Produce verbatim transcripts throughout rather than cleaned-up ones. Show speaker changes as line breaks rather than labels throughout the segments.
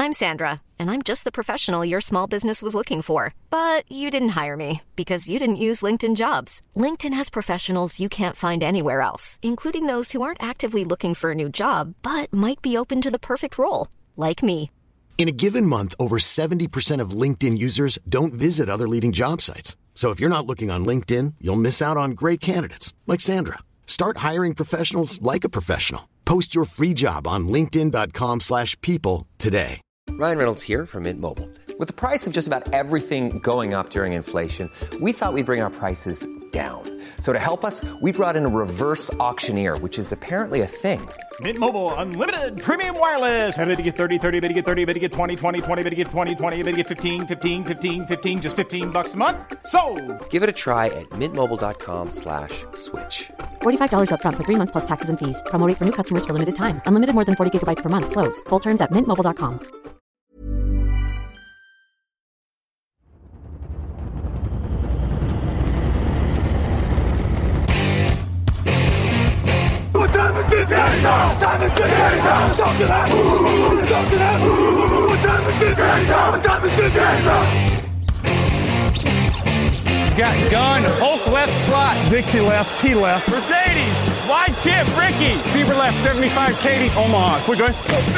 I'm Sandra, and I'm just the professional your small business was looking for. But you didn't hire me because you didn't use LinkedIn Jobs. LinkedIn has professionals you can't find anywhere else, including those who aren't actively looking for a new job, but might be open to the perfect role, like me.
In a given month, over seventy percent of LinkedIn users don't visit other leading job sites. So if you're not looking on LinkedIn, you'll miss out on great candidates like Sandra. Start hiring professionals like a professional. Post your free job on linkedin.com slash people today.
Ryan Reynolds here from Mint Mobile. With the price of just about everything going up during inflation, we thought we'd bring our prices down. So to help us, we brought in a reverse auctioneer, which is apparently a thing.
Mint Mobile Unlimited Premium Wireless. How to get thirty, thirty, how to get thirty, how to get twenty, twenty, twenty, how to get twenty, twenty, how to get fifteen, fifteen, fifteen, fifteen, just fifteen bucks a month? Sold!
Give it a try at mintmobile.com slash switch.
forty-five dollars up front for three months plus taxes and fees. Promo rate for new customers for limited time. Unlimited more than forty gigabytes per month. Slows full terms at mint mobile dot com.
Time is it now? Time is it now? Don't do that! Don't do that! Time is it now? Time is it now?
Got gun, Hulk left slot,
Dixie left, T left.
Mercedes, wide chip, Ricky, Fever left, seventy-five, Katie, Omaha. We're good.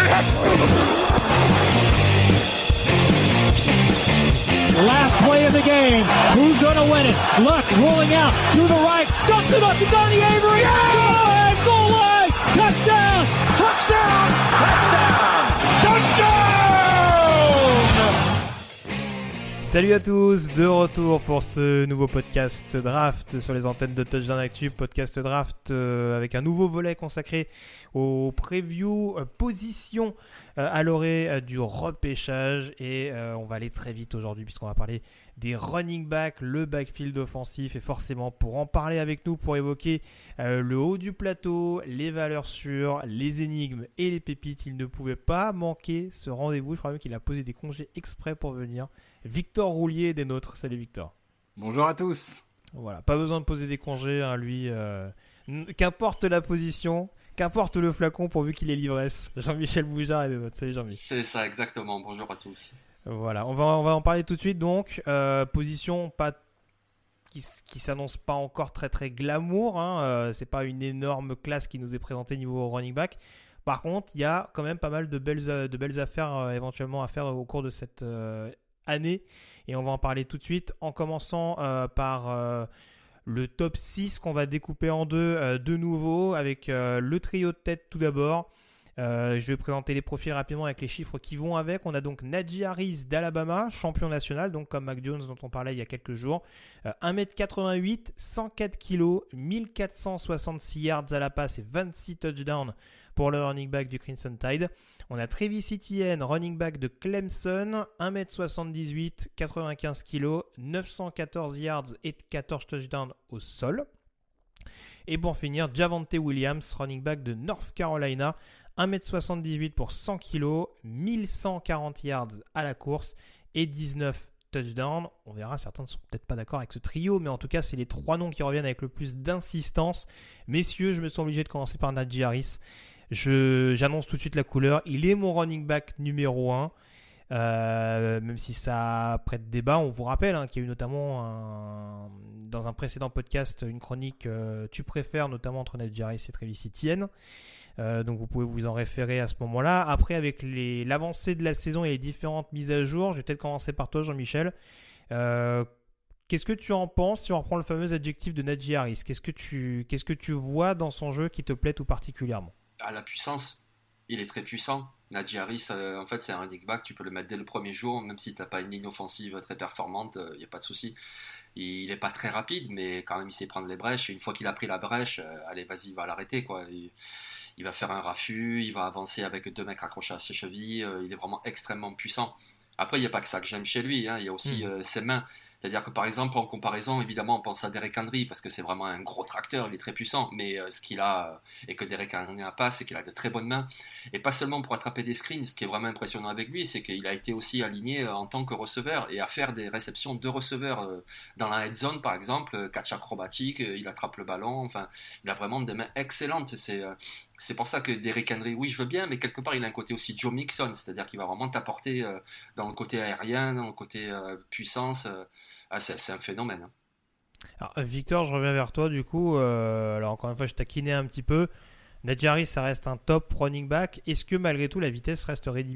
Last play of the game. Who's going to win it? Luck rolling out to the right. Dumps it up to Donnie Avery. Yeah! Goal line, goal line. Touchdown. Touchdown. Touchdown. Touchdown.
Salut à tous, de retour pour ce nouveau podcast Draft sur les antennes de Touchdown Actu, podcast Draft euh, avec un nouveau volet consacré aux previews, euh, positions euh, à l'orée euh, du repêchage et euh, on va aller très vite aujourd'hui puisqu'on va parler des running backs, le backfield offensif et forcément pour en parler avec nous, pour évoquer euh, le haut du plateau, les valeurs sûres, les énigmes et les pépites, il ne pouvait pas manquer ce rendez-vous, je crois même qu'il a posé des congés exprès pour venir. Victor Roulier des nôtres. Salut Victor.
Bonjour à tous.
Voilà, pas besoin de poser des congés, hein, lui. Euh, qu'importe la position, qu'importe le flacon pourvu qu'il ait l'ivresse. Jean-Michel Boujard et des nôtres. Salut Jean-Michel.
C'est ça, exactement. Bonjour à tous.
Voilà, on va, on va en parler tout de suite donc. Euh, position pas qui, qui s'annonce pas encore très très glamour. Hein. Euh, c'est pas une énorme classe qui nous est présentée niveau running back. Par contre, il y a quand même pas mal de belles, de belles affaires euh, éventuellement à faire au cours de cette euh, année et on va en parler tout de suite en commençant euh, par euh, le top six qu'on va découper en deux euh, de nouveau avec euh, le trio de tête tout d'abord. Euh, je vais présenter les profils rapidement avec les chiffres qui vont avec. On a donc Najee Harris d'Alabama, champion national, donc comme Mac Jones dont on parlait il y a quelques jours. Euh, un mètre quatre-vingt-huit, cent quatre kilos, mille quatre cent soixante-six yards à la passe et vingt-six touchdowns pour le running back du Crimson Tide. On a Travis Etienne, running back de Clemson, un mètre soixante-dix-huit, quatre-vingt-quinze kilos, neuf cent quatorze yards et quatorze touchdowns au sol. Et pour finir, Javonte Williams, running back de North Carolina, un mètre soixante-dix-huit pour cent kilos, mille cent quarante yards à la course et dix-neuf touchdowns. On verra, certains ne sont peut-être pas d'accord avec ce trio, mais en tout cas, c'est les trois noms qui reviennent avec le plus d'insistance. Messieurs, je me sens obligé de commencer par Najee Harris. Je, j'annonce tout de suite la couleur. Il est mon running back numéro un. Euh, même si ça prête débat, on vous rappelle hein, qu'il y a eu notamment un, dans un précédent podcast une chronique euh, tu préfères notamment entre Najee Harris et Travis Etienne. Euh, donc vous pouvez vous en référer à ce moment-là. Après, avec les, l'avancée de la saison et les différentes mises à jour, je vais peut-être commencer par toi, Jean-Michel. Euh, qu'est-ce que tu en penses si on reprend le fameux adjectif de Najee Harris? Qu'est-ce que tu, qu'est-ce que tu vois dans son jeu qui te plaît tout particulièrement?
À la puissance. Il est très puissant. Najee Harris, euh, en fait, c'est un running back. Tu peux le mettre dès le premier jour, même si tu n'as pas une ligne offensive très performante, il euh, n'y a pas de souci. Il n'est pas très rapide, mais quand même, il sait prendre les brèches. Et une fois qu'il a pris la brèche, euh, allez, vas-y, il va l'arrêter, quoi. Il, il va faire un raffut, il va avancer avec deux mecs accrochés à ses chevilles. Euh, il est vraiment extrêmement puissant. Après, il n'y a pas que ça que j'aime chez lui. Hein. Il y a aussi mmh. euh, ses mains. C'est-à-dire que par exemple, en comparaison, évidemment, on pense à Derrick Henry parce que c'est vraiment un gros tracteur, il est très puissant, mais euh, ce qu'il a euh, et que Derrick Henry n'a pas, c'est qu'il a de très bonnes mains. Et pas seulement pour attraper des screens, ce qui est vraiment impressionnant avec lui, c'est qu'il a été aussi aligné euh, en tant que receveur et à faire des réceptions de receveurs euh, dans la head zone, par exemple, euh, catch acrobatique, euh, il attrape le ballon, enfin, il a vraiment des mains excellentes. C'est, euh, c'est pour ça que Derrick Henry, oui, je veux bien, mais quelque part, il a un côté aussi Joe Mixon, c'est-à-dire qu'il va vraiment t'apporter euh, dans le côté aérien, dans le côté euh, puissance. Euh, ah, c'est, c'est un phénomène. Hein.
Alors, Victor, je reviens vers toi du coup. Euh, alors encore une fois, je taquinais un petit peu. Najee Harris, ça reste un top running back. Est-ce que malgré tout, la vitesse reste rédhibitoire ?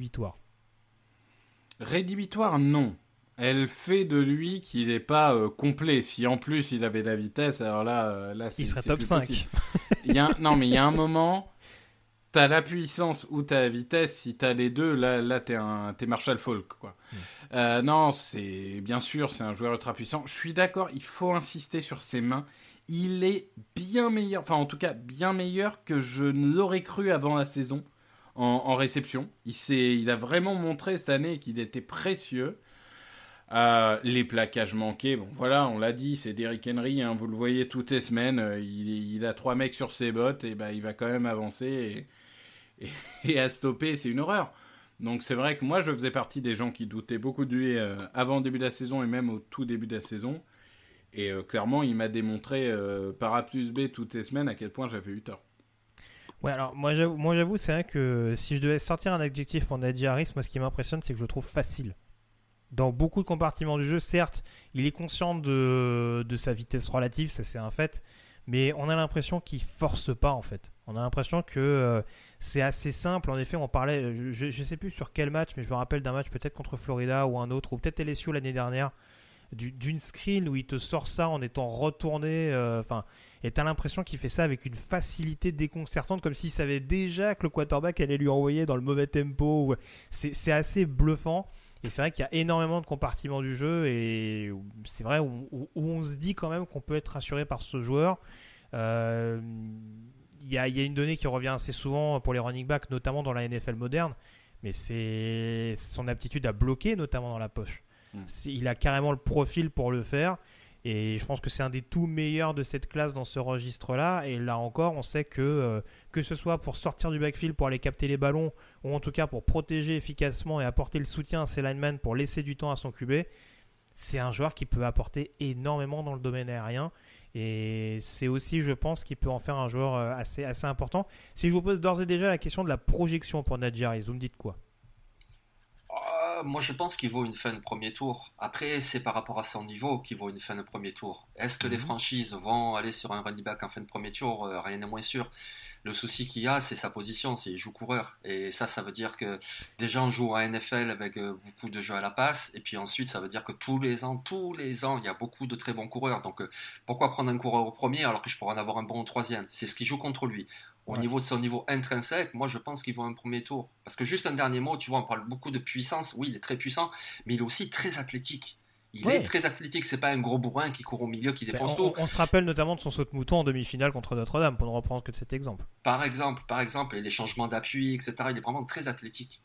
Rédhibitoire, non. Elle fait de lui qu'il n'est pas euh, complet. Si en plus il avait de la vitesse, alors là, euh, là c'est,
il serait
c'est
top
plus
cinq.
il y a un, non, mais il y a un moment, t'as la puissance ou t'as la vitesse. Si t'as les deux, là, là t'es, un, t'es Marshall Faulk, quoi. Mm. Euh, non, c'est bien sûr, c'est un joueur ultra puissant. Je suis d'accord, il faut insister sur ses mains. Il est bien meilleur, enfin en tout cas bien meilleur que je ne l'aurais cru avant la saison en, en réception. Il, s'est, il a vraiment montré cette année qu'il était précieux. Euh, les plaquages manqués, bon voilà, on l'a dit, c'est Derrick Henry, hein, vous le voyez toutes les semaines, euh, il, il a trois mecs sur ses bottes, et bah, il va quand même avancer, et, et, et à stopper, c'est une horreur. Donc c'est vrai que moi, je faisais partie des gens qui doutaient beaucoup de lui euh, avant le début de la saison, et même au tout début de la saison, et euh, clairement, il m'a démontré euh, par A plus B toutes les semaines à quel point j'avais eu tort.
Ouais, alors moi j'avoue, moi, j'avoue c'est vrai que si je devais sortir un adjectif pour Najee Harris, moi ce qui m'impressionne, c'est que je le trouve facile. Dans beaucoup de compartiments du jeu, certes, il est conscient de, de sa vitesse relative, ça c'est un fait, mais on a l'impression qu'il force pas en fait. On a l'impression que euh, c'est assez simple. En effet, on parlait, je ne sais plus sur quel match, mais je me rappelle d'un match peut-être contre Florida ou un autre, ou peut-être L S U l'année dernière, du, d'une screen où il te sort ça en étant retourné, enfin, euh, et tu as l'impression qu'il fait ça avec une facilité déconcertante, comme s'il savait déjà que le quarterback allait lui envoyer dans le mauvais tempo. Ou... C'est, c'est assez bluffant. Et c'est vrai qu'il y a énormément de compartiments du jeu et c'est vrai où, où, où on se dit quand même qu'on peut être rassuré par ce joueur. Euh, il y a, il y a une donnée qui revient assez souvent pour les running backs, notamment dans la N F L moderne, mais c'est son aptitude à bloquer, notamment dans la poche. Mmh. Il a carrément le profil pour le faire et je pense que c'est un des tout meilleurs de cette classe dans ce registre-là. Et là encore, on sait que euh, que ce soit pour sortir du backfield, pour aller capter les ballons, ou en tout cas pour protéger efficacement et apporter le soutien à ses linemen pour laisser du temps à son Q B, c'est un joueur qui peut apporter énormément dans le domaine aérien. Et c'est aussi, je pense, qu'il peut en faire un joueur assez, assez important. Si je vous pose d'ores et déjà la question de la projection pour Najee Harris, vous me dites quoi ?
Moi, je pense qu'il vaut une fin de premier tour. Après, c'est par rapport à son niveau qu'il vaut une fin de premier tour. Est-ce que mmh. les franchises vont aller sur un running back en fin de premier tour ? euh, Rien n'est moins sûr. Le souci qu'il y a, c'est sa position, c'est qu'il joue coureur. Et ça, ça veut dire que déjà, on joue en N F L avec euh, beaucoup de jeux à la passe. Et puis ensuite, ça veut dire que tous les ans, tous les ans, il y a beaucoup de très bons coureurs. Donc, euh, pourquoi prendre un coureur au premier alors que je pourrais en avoir un bon au troisième ? C'est ce qui joue contre lui. Au ouais. niveau de son niveau intrinsèque, moi je pense qu'il vaut un premier tour. Parce que juste un dernier mot, tu vois, on parle beaucoup de puissance. Oui, il est très puissant, mais il est aussi très athlétique. Il ouais. est très athlétique, c'est pas un gros bourrin qui court au milieu, qui défonce
ben, on,
tout.
On se rappelle notamment de son saut de mouton en demi-finale contre Notre-Dame, pour ne reprendre que de cet exemple.
Par exemple, par exemple, et les changements d'appui, et cetera. Il est vraiment très athlétique.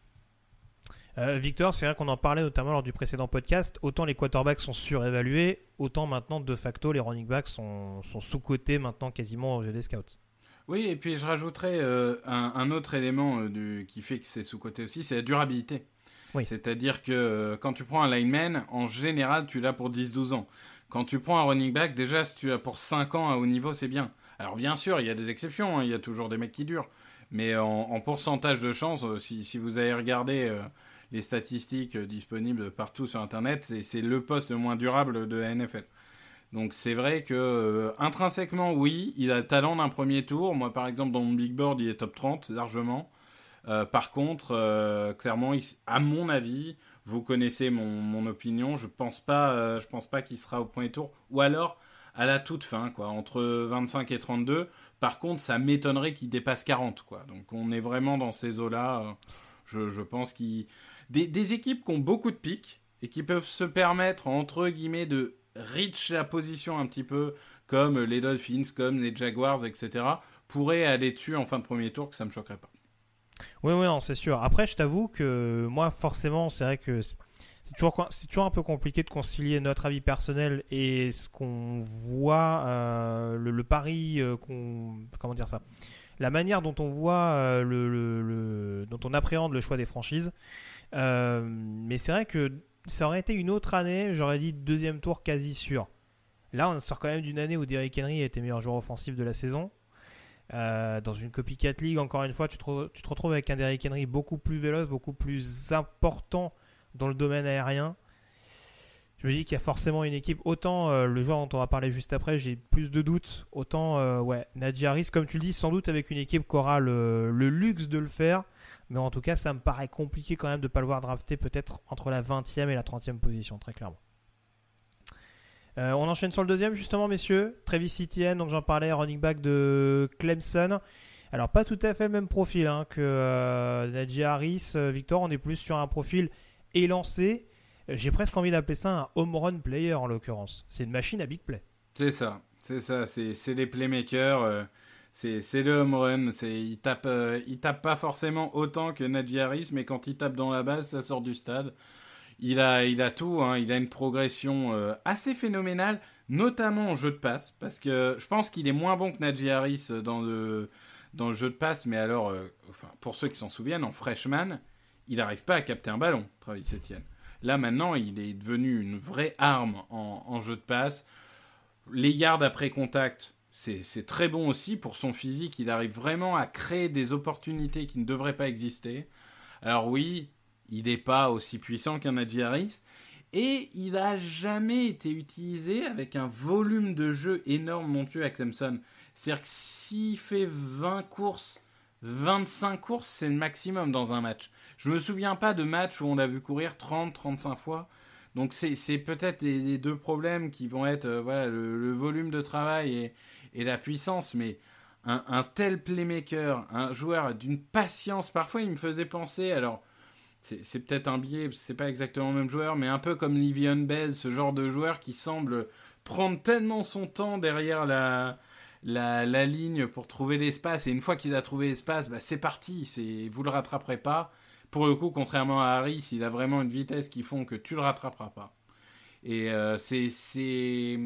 Euh, Victor, c'est vrai qu'on en parlait notamment lors du précédent podcast. Autant les quarterbacks sont surévalués, autant maintenant, de facto, les running backs sont, sont sous-cotés maintenant quasiment aux yeux des scouts.
Oui, et puis je rajouterais euh, un, un autre élément euh, du, qui fait que c'est sous-coté aussi, c'est la durabilité. Oui. C'est-à-dire que euh, quand tu prends un lineman, en général, tu l'as pour dix douze ans. Quand tu prends un running back, déjà, si tu l'as pour cinq ans à haut niveau, c'est bien. Alors bien sûr, il y a des exceptions, hein, il y a toujours des mecs qui durent. Mais en, en pourcentage de chance, euh, si, si vous avez regardé euh, les statistiques euh, disponibles partout sur Internet, c'est, c'est le poste le moins durable de la N F L. Donc c'est vrai que euh, intrinsèquement, oui, il a le talent d'un premier tour. Moi, par exemple, dans mon big board, il est top trente, largement. Euh, par contre, euh, clairement, il, à mon avis, vous connaissez mon, mon opinion, je pense pas, euh, je pense pas qu'il sera au premier tour. Ou alors, à la toute fin, quoi, entre vingt-cinq et trente-deux. Par contre, ça m'étonnerait qu'il dépasse quarante, quoi. Donc on est vraiment dans ces eaux-là. Euh, je, je pense qu'il... Des, des équipes qui ont beaucoup de pics et qui peuvent se permettre, entre guillemets, de... reach la position un petit peu, comme les Dolphins, comme les Jaguars, et cetera, pourraient aller dessus en fin de premier tour, que ça ne me choquerait pas.
Oui, oui, non, c'est sûr. Après, je t'avoue que moi, forcément, c'est vrai que c'est toujours, c'est toujours un peu compliqué de concilier notre avis personnel et ce qu'on voit, euh, le, le pari, euh, qu'on, comment dire ça, la manière dont on voit, euh, le, le, le, dont on appréhende le choix des franchises. Euh, mais c'est vrai que ça aurait été une autre année, j'aurais dit deuxième tour quasi sûr. Là, on sort quand même d'une année où Derrick Henry a été meilleur joueur offensif de la saison. Euh, dans une copycat league, encore une fois, tu te, tu te retrouves avec un Derrick Henry beaucoup plus véloce, beaucoup plus important dans le domaine aérien. Je me dis qu'il y a forcément une équipe. Autant euh, le joueur dont on va parler juste après, j'ai plus de doutes. Autant, euh, ouais, Najee Harris, comme tu le dis, sans doute avec une équipe qui aura le, le luxe de le faire. Mais en tout cas, ça me paraît compliqué quand même de ne pas le voir drafter peut-être entre la vingtième et la trentième position, très clairement. Euh, on enchaîne sur le deuxième, justement, messieurs. Travis Etienne, donc j'en parlais, running back de Clemson. Alors, pas tout à fait le même profil hein, que euh, Najee Harris. Euh, Victor, on est plus sur un profil élancé. J'ai presque envie d'appeler ça un home run player, en l'occurrence. C'est une machine à big play.
C'est ça, c'est ça. C'est, c'est les playmakers. Euh, c'est, c'est le home run. C'est, il tape, euh, il tape pas forcément autant que Najee Harris, mais quand il tape dans la base, ça sort du stade. Il a, il a tout, hein. Il a une progression euh, assez phénoménale, notamment en jeu de passe, parce que je pense qu'il est moins bon que Najee Harris dans le, dans le jeu de passe, mais alors, euh, enfin, pour ceux qui s'en souviennent, en freshman, il n'arrive pas à capter un ballon, Travis Etienne. Là, maintenant, il est devenu une vraie arme en, en jeu de passe. Les yards après contact, c'est, c'est très bon aussi. Pour son physique, il arrive vraiment à créer des opportunités qui ne devraient pas exister. Alors oui, il n'est pas aussi puissant qu'un Najee Harris. Et il n'a jamais été utilisé avec un volume de jeu énorme non plus à Clemson. C'est-à-dire que s'il fait vingt courses, vingt-cinq courses, c'est le maximum dans un match. Je ne me souviens pas de match où on l'a vu courir trente à trente-cinq fois. Donc c'est, c'est peut-être les, les deux problèmes qui vont être euh, voilà, le, le volume de travail et, et la puissance. Mais un, un tel playmaker, un joueur d'une patience, parfois il me faisait penser... alors c'est, c'est peut-être un biais, c'est pas exactement le même joueur, mais un peu comme Le'Veon Bell, ce genre de joueur qui semble prendre tellement son temps derrière la... La, la ligne pour trouver l'espace, et une fois qu'il a trouvé l'espace, bah c'est parti, c'est, vous le rattraperez pas. Pour le coup, contrairement à Harris, il a vraiment une vitesse qui font que tu le rattraperas pas. Et euh, c'est, c'est,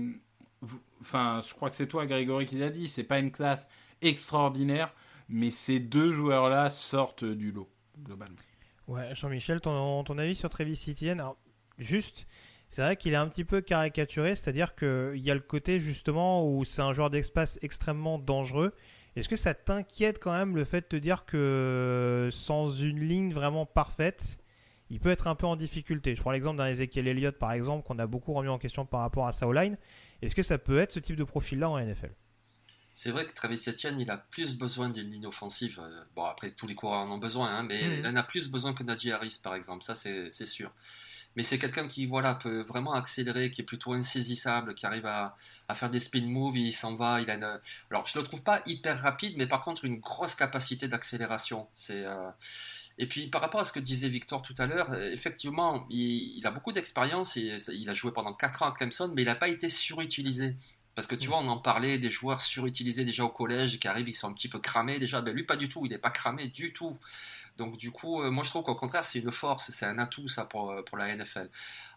enfin, je crois que c'est toi, Grégory, qui l'a dit, c'est pas une classe extraordinaire, mais ces deux joueurs-là sortent du lot, globalement. Ouais,
Jean-Michel, ton, ton avis sur Travis Etienne? Alors, juste... C'est vrai qu'il est un petit peu caricaturé, c'est-à-dire qu'il y a le côté justement où c'est un joueur d'espace extrêmement dangereux. Est-ce que ça t'inquiète quand même le fait de te dire que sans une ligne vraiment parfaite, il peut être un peu en difficulté? Je prends l'exemple d'un Ezekiel Elliott par exemple, qu'on a beaucoup remis en question par rapport à sa O-line. Est-ce que ça peut être ce type de profil-là en N F L?
C'est vrai que Travis Etienne, il a plus besoin d'une ligne offensive. Bon, après, tous les coureurs en ont besoin, hein, mais mmh. il en a plus besoin que Najee Harris par exemple, ça c'est, c'est sûr. Mais c'est quelqu'un qui voilà, peut vraiment accélérer, qui est plutôt insaisissable, qui arrive à, à faire des spin moves, il s'en va. Il a une... Alors, je ne le trouve pas hyper rapide, mais par contre, une grosse capacité d'accélération. C'est, euh... Et puis, par rapport à ce que disait Victor tout à l'heure, effectivement, il, il a beaucoup d'expérience. Et il a joué pendant quatre ans à Clemson, mais il n'a pas été surutilisé. Parce que tu vois, on en parlait des joueurs surutilisés déjà au collège, qui arrivent, ils sont un petit peu cramés déjà. Ben, lui, pas du tout, il n'est pas cramé du tout. Donc du coup, euh, moi je trouve qu'au contraire, c'est une force, c'est un atout ça pour, pour la N F L.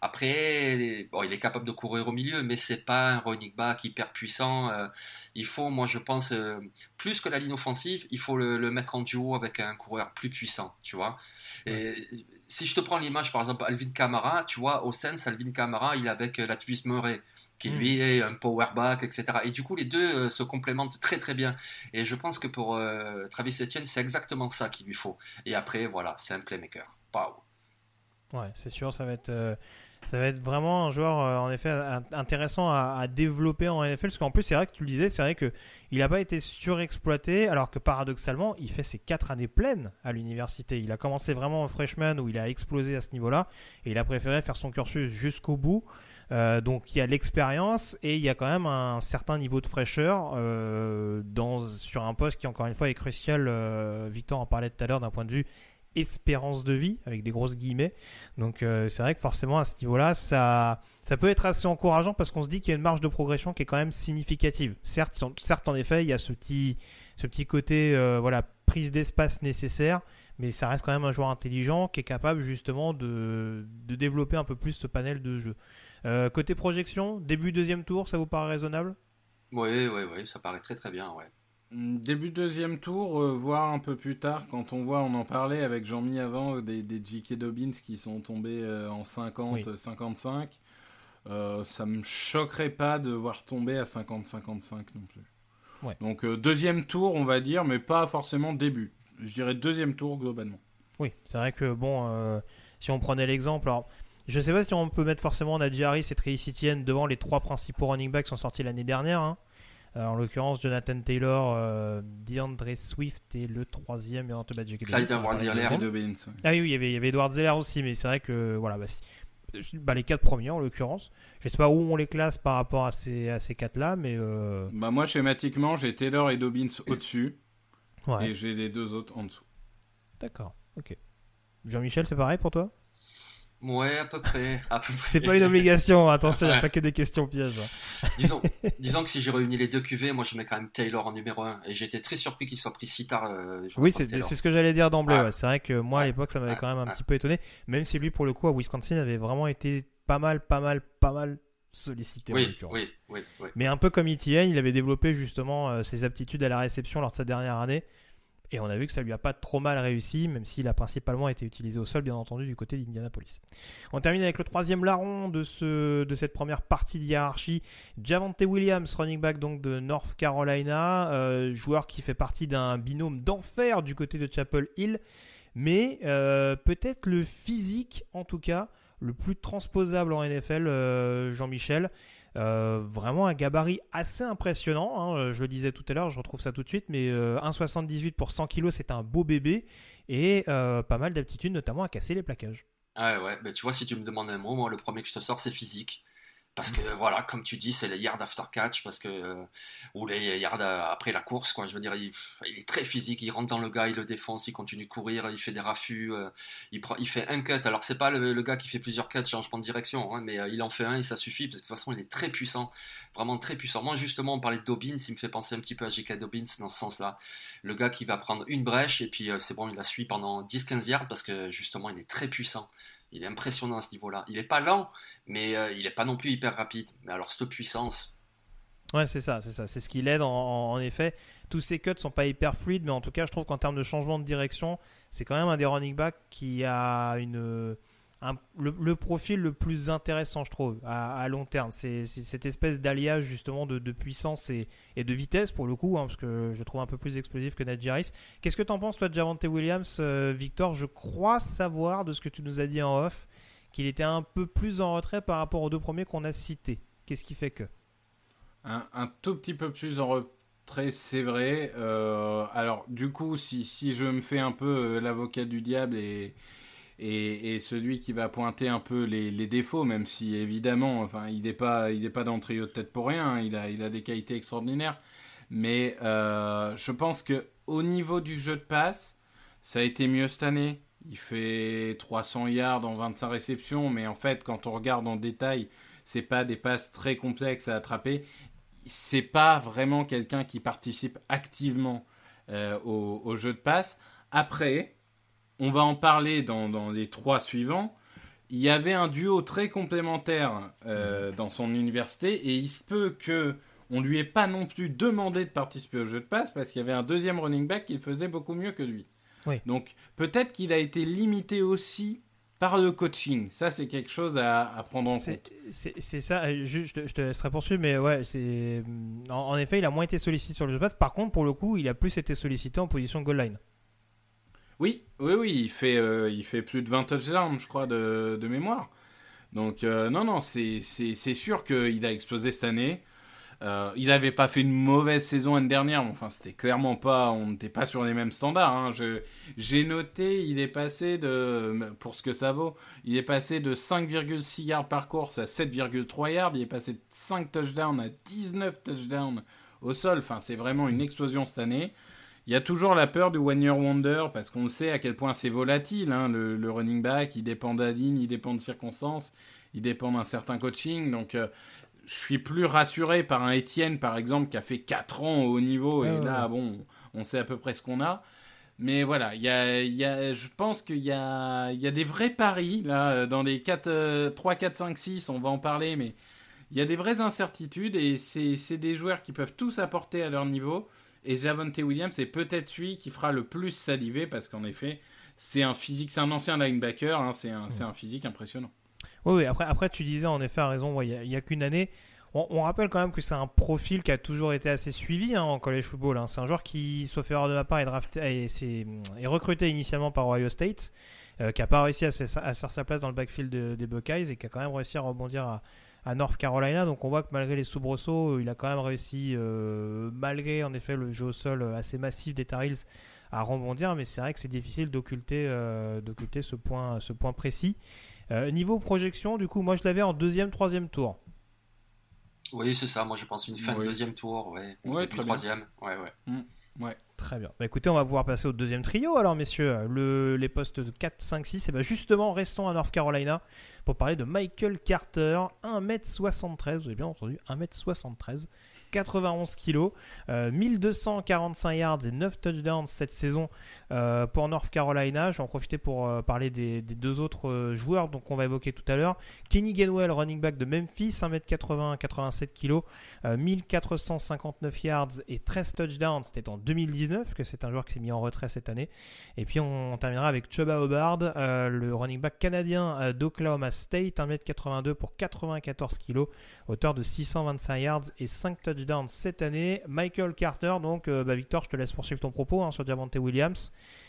Après, bon, il est capable de courir au milieu, mais c'est pas un running back hyper puissant. Euh, il faut, moi je pense, euh, plus que la ligne offensive, il faut le, le mettre en duo avec un coureur plus puissant, tu vois. Et si je te prends l'image, par exemple, Alvin Kamara, tu vois, au Saints, Alvin Kamara, il est avec euh, Latavius Murray, qui lui est un powerback, et cetera. Et du coup, les deux euh, se complémentent très très bien. Et je pense que pour euh, Travis Etienne, c'est exactement ça qu'il lui faut. Et après, voilà, c'est un playmaker. Waouh.
Ouais, c'est sûr, ça va être, euh, ça va être vraiment un joueur, euh, en effet, intéressant à, à développer en N F L. Parce qu'en plus, c'est vrai que tu le disais, c'est vrai qu'il n'a pas été surexploité, alors que paradoxalement, il fait ses quatre années pleines à l'université. Il a commencé vraiment en freshman où il a explosé à ce niveau-là. Et il a préféré faire son cursus jusqu'au bout. Euh, donc il y a l'expérience et il y a quand même un certain niveau de fraîcheur euh, dans, sur un poste qui encore une fois est crucial. euh, Victor en parlait tout à l'heure d'un point de vue espérance de vie avec des grosses guillemets. Donc euh, c'est vrai que forcément à ce niveau-là ça, ça peut être assez encourageant parce qu'on se dit qu'il y a une marge de progression qui est quand même significative. Certes, certes en effet il y a ce petit, ce petit côté euh, voilà, prise d'espace nécessaire, mais ça reste quand même un joueur intelligent qui est capable justement de, de développer un peu plus ce panel de jeu. Euh, côté projection, début deuxième tour, ça vous paraît raisonnable ?
Oui, oui, oui, ça paraît très très bien, ouais.
Début deuxième tour, euh, voire un peu plus tard, quand on voit, on en parlait avec Jean-Mi avant, des, des J K. Dobbins qui sont tombés euh, en cinquante, oui. cinquante-cinq. Euh, ça me choquerait pas de voir tomber à cinquante cinquante-cinq non plus.
Ouais.
Donc euh, deuxième tour, on va dire, mais pas forcément début. Je dirais deuxième tour globalement.
Oui, c'est vrai que bon, euh, si on prenait l'exemple, alors je sais pas si on peut mettre forcément Najee Harris et Travis Etienne devant les trois principaux running backs qui sont sortis l'année dernière. Hein. Euh, en l'occurrence, Jonathan Taylor, euh, DeAndre Swift et le troisième, bien entendu, J K.
Clyde Edwards-Helaire.
Ah oui, oui, il y avait, il y avait Edwards-Helaire aussi, mais c'est vrai que voilà, bah, bah, les quatre premiers en l'occurrence. Je sais pas où on les classe par rapport à ces, à ces quatre-là, mais. Euh...
Bah moi, schématiquement, j'ai Taylor et Dobbins au-dessus,
ouais.
Et j'ai les deux autres en dessous.
D'accord, ok. Jean-Michel, c'est pareil pour toi ?
Ouais, à peu près. À peu près.
C'est pas une obligation, attention, il n'y a pas que des questions pièges.
disons, disons que si j'ai réuni les deux Q V, moi je mets quand même Taylor en numéro un. Et j'ai été très surpris qu'il soit pris si tard. Euh,
oui, c'est, c'est ce que j'allais dire d'emblée.
Ah.
Ouais. C'est vrai que moi
ah.
à l'époque ça m'avait
ah.
quand même un
ah.
petit peu étonné. Même si lui, pour le coup, à Wisconsin, avait vraiment été pas mal, pas mal, pas mal sollicité
oui,
en l'occurrence.
Oui, oui, oui.
Mais un peu comme Etienne, il avait développé justement euh, ses aptitudes à la réception lors de sa dernière année. Et on a vu que ça lui a pas trop mal réussi, même s'il a principalement été utilisé au sol, bien entendu, du côté d'Indianapolis. On termine avec le troisième larron de, ce, de cette première partie de hiérarchie. Javonte Williams, running back donc de North Carolina, euh, joueur qui fait partie d'un binôme d'enfer du côté de Chapel Hill, mais euh, peut-être le physique, en tout cas, le plus transposable en N F L, euh, Jean-Michel. Euh, vraiment un gabarit assez impressionnant, hein, je le disais tout à l'heure, je retrouve ça tout de suite, mais euh, un virgule soixante-dix-huit pour cent kilos, c'est un beau bébé et euh, pas mal d'aptitudes, notamment à casser les plaquages.
Ah ouais, bah, tu vois, si tu me demandes un mot, moi le premier que je te sors c'est physique. Parce que voilà, comme tu dis, c'est les yards after catch, parce que euh, ou les yards après la course, quoi. Je veux dire, il, il est très physique, il rentre dans le gars, il le défonce, il continue de courir, il fait des raffus, euh, il prend, il fait un cut. Alors c'est pas le, le gars qui fait plusieurs cuts, changement de direction, hein, mais euh, il en fait un et ça suffit, parce que de toute façon il est très puissant, vraiment très puissant. Moi justement, on parlait de Dobbins, il me fait penser un petit peu à J K. Dobbins dans ce sens-là. Le gars qui va prendre une brèche et puis euh, c'est bon, il la suit pendant dix quinze yards parce que justement il est très puissant. Il est impressionnant à ce niveau-là. Il n'est pas lent, mais euh, il n'est pas non plus hyper rapide. Mais alors, cette puissance...
Ouais, c'est ça, c'est ça. C'est ce qui l'aide, en, en, en effet. Tous ces cuts ne sont pas hyper fluides, mais en tout cas, je trouve qu'en termes de changement de direction, c'est quand même un des running backs qui a une, un, le, le profil le plus intéressant, je trouve, à, à long terme. C'est, c'est cette espèce d'alliage, justement, de, de puissance et, et de vitesse, pour le coup, hein, parce que je le trouve un peu plus explosif que Najee Harris. Qu'est-ce que tu en penses, toi, de Javonte Williams, euh, Victor ? Je crois savoir, de ce que tu nous as dit en off, qu'il était un peu plus en retrait par rapport aux deux premiers qu'on a cités. Qu'est-ce qui fait que ?
Un, un tout petit peu plus en retrait, c'est vrai. Euh, alors, du coup, si, si je me fais un peu euh, l'avocat du diable et... Et, et celui qui va pointer un peu les, les défauts, même si évidemment, enfin, il n'est pas, il n'est pas dans le trio de tête pour rien, hein, il a, il a des qualités extraordinaires. Mais euh, je pense que au niveau du jeu de passe, ça a été mieux cette année. Il fait trois cents yards en vingt-cinq réceptions, mais en fait, quand on regarde en détail, c'est pas des passes très complexes à attraper. C'est pas vraiment quelqu'un qui participe activement euh, au, au jeu de passe. Après. On va en parler dans, dans les trois suivants. Il y avait un duo très complémentaire euh, dans son université et il se peut qu'on ne lui ait pas non plus demandé de participer au jeu de passe parce qu'il y avait un deuxième running back qui le faisait beaucoup mieux que lui.
Oui.
Donc peut-être qu'il a été limité aussi par le coaching. Ça, c'est quelque chose à, à prendre en
c'est,
compte.
C'est, c'est ça. Je, je, te, je te laisserai poursuivre, mais ouais, c'est... En, en effet, il a moins été sollicité sur le jeu de passe. Par contre, pour le coup, il a plus été sollicité en position goal line.
Oui, oui, oui, il fait, euh, il fait plus de vingt touchdowns, je crois, de, de mémoire. Donc, euh, non, non, c'est, c'est, c'est sûr qu'il a explosé cette année. Euh, il n'avait pas fait une mauvaise saison l'année dernière, mais enfin, c'était clairement pas, on n'était pas sur les mêmes standards. Hein. Je, j'ai noté, il est passé de, pour ce que ça vaut, il est passé de cinq virgule six yards par course à sept virgule trois yards. Il est passé de cinq touchdowns à dix-neuf touchdowns au sol. Enfin, c'est vraiment une explosion cette année. Il y a toujours la peur du one year wonder parce qu'on sait à quel point c'est volatile, hein, le, le running back, il dépend de la ligne, il dépend de circonstances, il dépend d'un certain coaching. Donc, euh, je suis plus rassuré par un Etienne, par exemple, qui a fait quatre ans au haut niveau. Et
oh,
là,
ouais.
bon, on sait à peu près ce qu'on a. Mais voilà, y a, y a, je pense qu'il y a, y a des vrais paris, là, dans les quatre, trois, quatre, cinq, six, on va en parler, mais il y a des vraies incertitudes, et c'est, c'est des joueurs qui peuvent tous apporter à leur niveau, et Javonte Williams est peut-être celui qui fera le plus saliver, parce qu'en effet, c'est un physique, c'est un ancien linebacker, hein, c'est, un, c'est un physique impressionnant.
Oui, oui, après, après tu disais, en effet, à raison, il ouais, n'y a, a qu'une année. On, on rappelle quand même que c'est un profil qui a toujours été assez suivi hein, en college football. Hein. C'est un joueur qui, sauf erreur de ma part, est, drafté, est, est, est recruté initialement par Ohio State, euh, qui n'a pas réussi à, à faire sa place dans le backfield de, des Buckeyes et qui a quand même réussi à rebondir à, à North Carolina. Donc on voit que malgré les soubresauts, il a quand même réussi, euh, malgré en effet le jeu au sol assez massif des Tar Heels, à rebondir. Mais c'est vrai que c'est difficile d'occulter, euh, d'occulter ce point, ce point précis. Euh, niveau projection, du coup, moi je l'avais en deuxième, troisième tour.
Oui, c'est ça. Moi, je pense une fin oui. de deuxième tour, ouais.
Ouais,
début troisième. Ouais, ouais.
Mmh. Ouais.
Très bien. Bah, écoutez, on va pouvoir passer au deuxième trio, alors, messieurs. Le, les postes de quatre, cinq, six. Et bah, justement, restons à North Carolina pour parler de Michael Carter. un mètre soixante-treize, vous avez bien entendu, un mètre soixante-treize. quatre-vingt-onze kilos, euh, mille deux cent quarante-cinq yards et neuf touchdowns cette saison euh, pour North Carolina. Je vais en profiter pour euh, parler des, des deux autres euh, joueurs donc on va évoquer tout à l'heure. Kenny Gainwell, running back de Memphis, un mètre quatre-vingts, quatre-vingt-sept kilos, euh, mille quatre cent cinquante-neuf yards et treize touchdowns. C'était en deux mille dix-neuf que c'est un joueur qui s'est mis en retrait cette année. Et puis on, on terminera avec Chuba Hubbard, euh, le running back canadien euh, d'Oklahoma State, un mètre quatre-vingt-deux pour quatre-vingt-quatorze kilos, auteur de six cent vingt-cinq yards et cinq touchdowns cette année. Michael Carter, donc euh, bah Victor, je te laisse poursuivre ton propos hein, sur Javonte Williams.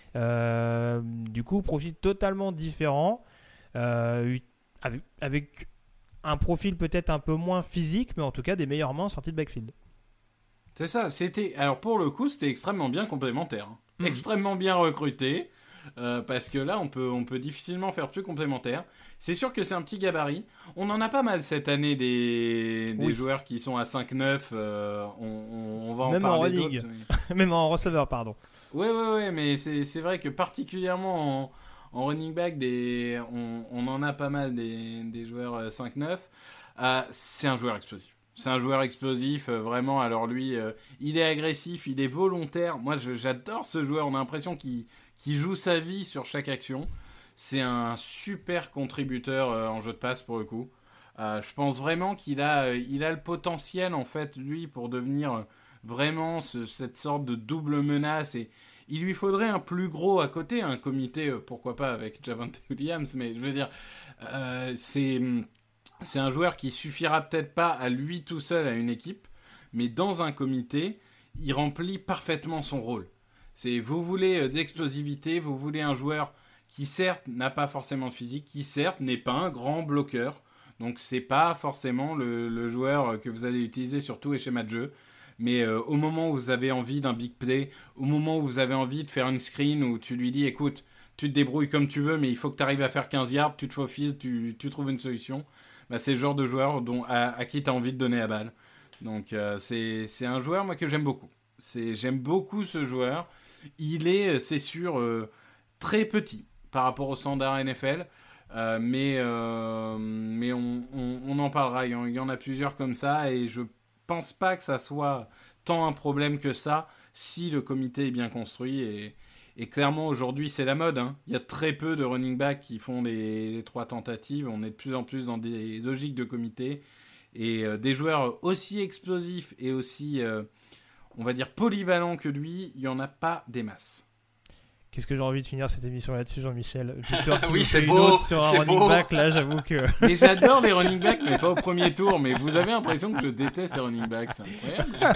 Euh, du coup, profil totalement différent, euh, avec, avec un profil peut-être un peu moins physique, mais en tout cas des meilleures mains sorties de backfield.
C'est ça, c'était, alors pour le coup, c'était extrêmement bien complémentaire. Hein. Mmh. Extrêmement bien recruté. Euh, parce que là, on peut, on peut difficilement faire plus complémentaire. C'est sûr que c'est un petit gabarit. On en a pas mal cette année des, des oui. joueurs qui sont à cinq neuf. Euh, on, on va en
Même
parler
en
d'autres.
Mais... Même en receveur, pardon.
Oui, oui, oui, mais c'est, c'est vrai que particulièrement en, en running back, des, on, on en a pas mal des, des joueurs cinq neuf. Euh, c'est un joueur explosif. C'est un joueur explosif, euh, vraiment. Alors lui, euh, il est agressif, il est volontaire. Moi, je, j'adore ce joueur. On a l'impression qu'il qui joue sa vie sur chaque action. C'est un super contributeur euh, en jeu de passe pour le coup. Euh, je pense vraiment qu'il a, euh, il a le potentiel en fait lui pour devenir euh, vraiment ce, cette sorte de double menace. Et il lui faudrait un plus gros à côté, un comité, euh, pourquoi pas avec Javonte Williams, mais je veux dire, euh, c'est c'est un joueur qui suffira peut-être pas à lui tout seul à une équipe, mais dans un comité, il remplit parfaitement son rôle. C'est, vous voulez de l'explosivité, vous voulez un joueur qui certes n'a pas forcément de physique, qui certes n'est pas un grand bloqueur, donc c'est pas forcément le, le joueur que vous allez utiliser sur tous les schémas de jeu, mais euh, au moment où vous avez envie d'un big play, au moment où vous avez envie de faire une screen où tu lui dis écoute, tu te débrouilles comme tu veux, mais il faut que tu arrives à faire quinze yards, tu te faufiles, tu, tu trouves une solution, bah, c'est le genre de joueur dont, à, à qui tu as envie de donner la balle. Donc euh, c'est, c'est un joueur moi, que j'aime beaucoup. C'est, j'aime beaucoup ce joueur. Il est, c'est sûr, euh, très petit par rapport au standard N F L, euh, mais, euh, mais on, on, on en parlera. Il y en, il y en a plusieurs comme ça, et je pense pas que ça soit tant un problème que ça si le comité est bien construit. Et, et clairement, aujourd'hui, c'est la mode. Hein. Il y a très peu de running backs qui font les, les trois tentatives. On est de plus en plus dans des logiques de comité. Et euh, des joueurs aussi explosifs et aussi... Euh, on va dire polyvalent que lui, il n'y en a pas des masses.
Qu'est-ce que j'ai envie de finir cette émission là-dessus, Jean-Michel Victor qui
oui, c'est
fait
beau,
une autre sur un
c'est
running
beau.
back, là, j'avoue que...
Mais j'adore les running backs, mais pas au premier tour. Mais vous avez l'impression que je déteste les running backs, c'est incroyable.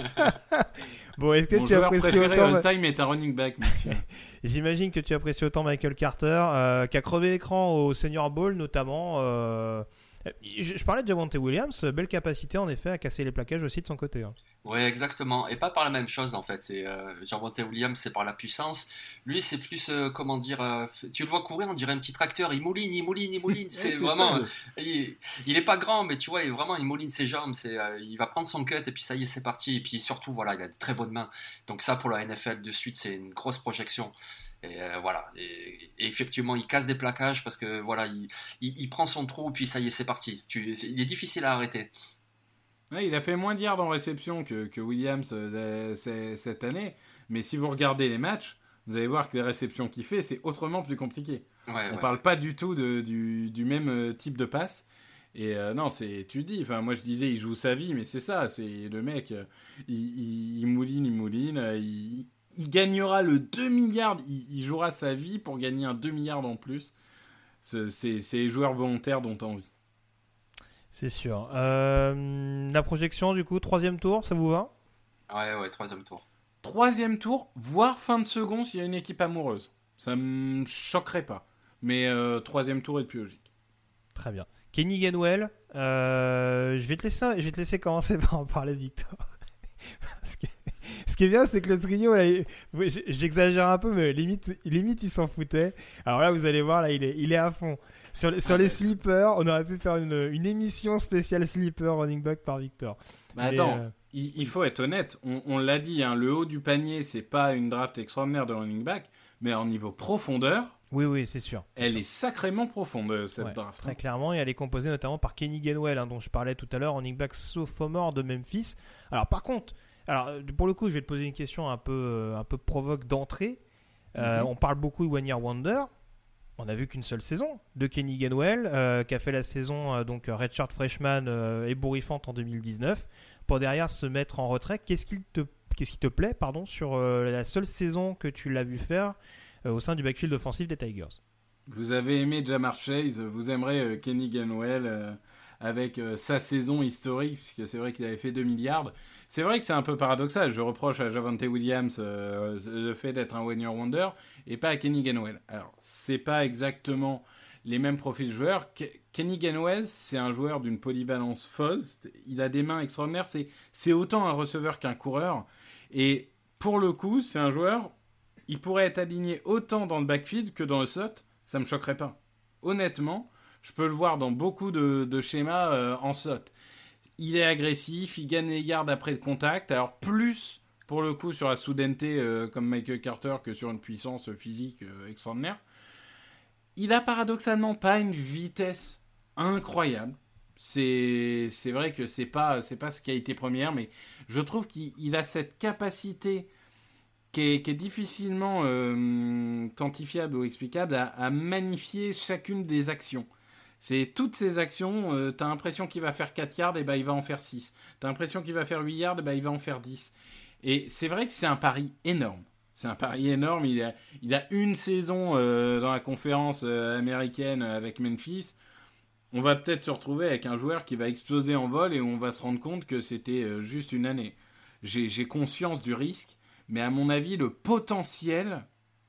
Bon, est-ce que
Mon
tu apprécies
préféré
autant...
all time est un running back, monsieur.
J'imagine que tu apprécies autant Michael Carter, euh, qui a crevé l'écran au Senior Bowl, notamment... Euh... Je, je parlais de Javonte Williams, belle capacité en effet à casser les plaquages aussi de son côté. Hein.
Oui, exactement. Et pas par la même chose en fait. C'est, euh, Javonte Williams, c'est par la puissance. Lui, c'est plus, euh, comment dire, euh, tu le vois courir, on dirait un petit tracteur. Il mouline, il mouline, il mouline. C'est, c'est vraiment. Euh, il, il est pas grand, mais tu vois, il, vraiment, il mouline ses jambes. C'est, euh, il va prendre son cut et puis ça y est, c'est parti. Et puis surtout, voilà, il a de très bonnes mains. Donc ça, pour la N F L de suite, c'est une grosse projection. Et euh, voilà, et, et effectivement il casse des plaquages parce que voilà, il, il, il prend son trou, puis ça y est, c'est parti. Tu, c'est, il est difficile à arrêter.
Ouais, il a fait moins de yards en réception que, que Williams euh, cette année, mais si vous regardez les matchs, vous allez voir que les réceptions qu'il fait, c'est autrement plus compliqué.
Ouais,
on
ouais.
parle pas du tout de, du, du même type de passe. Et euh, non, c'est, tu dis, enfin, moi je disais, il joue sa vie, mais c'est ça, c'est le mec, euh, il, il, il mouline, il mouline, euh, il, il gagnera le deux milliards, il, il jouera sa vie pour gagner un deux milliards en plus. C'est, c'est, c'est les joueurs volontaires dont tu as envie.
C'est sûr. Euh, la projection, du coup, troisième tour, ça vous va ?
Ouais, ouais, troisième tour.
Troisième tour, voire fin de second s'il y a une équipe amoureuse. Ça me choquerait pas. Mais euh, troisième tour est le plus logique.
Très bien. Kenny Gainwell, euh, je, vais te laisser, je vais te laisser commencer par en parler, Victor. Parce que, ce qui est bien, c'est que le trio, là, j'exagère un peu, mais limite, limite il s'en foutait. Alors là, vous allez voir, là, il est, il est à fond. Sur, les, sur ah, les sleepers, on aurait pu faire une, une émission spéciale sleeper running back par Victor.
Bah
mais,
attends,
euh...
il, il faut être honnête. On, on l'a dit, hein, le haut du panier, c'est pas une draft extraordinaire de running back, mais en niveau profondeur.
Oui, oui, c'est sûr.
Elle
sûr.
est sacrément profonde, cette
ouais,
draft.
Très clairement, et elle est composée notamment par Kenny Gainwell, hein, dont je parlais tout à l'heure, running back sophomore de Memphis. Alors, par contre, alors, pour le coup, je vais te poser une question un peu, un peu provoque d'entrée. Euh, mm-hmm. On parle beaucoup de One Year Wonder. On n'a vu qu'une seule saison de Kenny Gainwell, euh, qui a fait la saison euh, donc redshirt freshman euh, ébouriffante en deux mille dix-neuf, pour derrière se mettre en retrait. Qu'est-ce qui te, qu'est-ce qui te plaît pardon, sur euh, la seule saison que tu l'as vu faire euh, au sein du backfield offensif des Tigers?
Vous avez aimé Ja'Marr Chase, vous aimerez euh, Kenny Gainwell euh, avec euh, sa saison historique, puisque c'est vrai qu'il avait fait deux milliards. C'est vrai que c'est un peu paradoxal. Je reproche à Javonte Williams euh, le fait d'être un one year wonder et pas à Kenny Gainwell. Alors, c'est pas exactement les mêmes profils de joueurs. Ke- Kenny Gainwell, c'est un joueur d'une polyvalence folle. Il a des mains extraordinaires. C'est, c'est autant un receveur qu'un coureur. Et pour le coup, c'est un joueur, il pourrait être aligné autant dans le backfield que dans le slot. Ça me choquerait pas. Honnêtement, je peux le voir dans beaucoup de, de schémas euh, en slot. Il est agressif, il gagne les yards après le contact. Alors plus pour le coup sur la soudaineté euh, comme Michael Carter que sur une puissance physique euh, extraordinaire. Il a paradoxalement pas une vitesse incroyable. C'est, c'est vrai que c'est pas, c'est pas ce qui a été première, mais je trouve qu'il il a cette capacité qui est, qui est difficilement euh, quantifiable ou explicable à, à magnifier chacune des actions. C'est toutes ces actions, euh, t'as l'impression qu'il va faire quatre yards, et ben il va en faire six. T'as l'impression qu'il va faire huit yards, et ben il va en faire dix. Et c'est vrai que c'est un pari énorme. C'est un pari énorme. Il a, il a une saison euh, dans la conférence euh, américaine avec Memphis. On va peut-être se retrouver avec un joueur qui va exploser en vol et on va se rendre compte que c'était euh, juste une année. J'ai, j'ai conscience du risque, mais à mon avis, le potentiel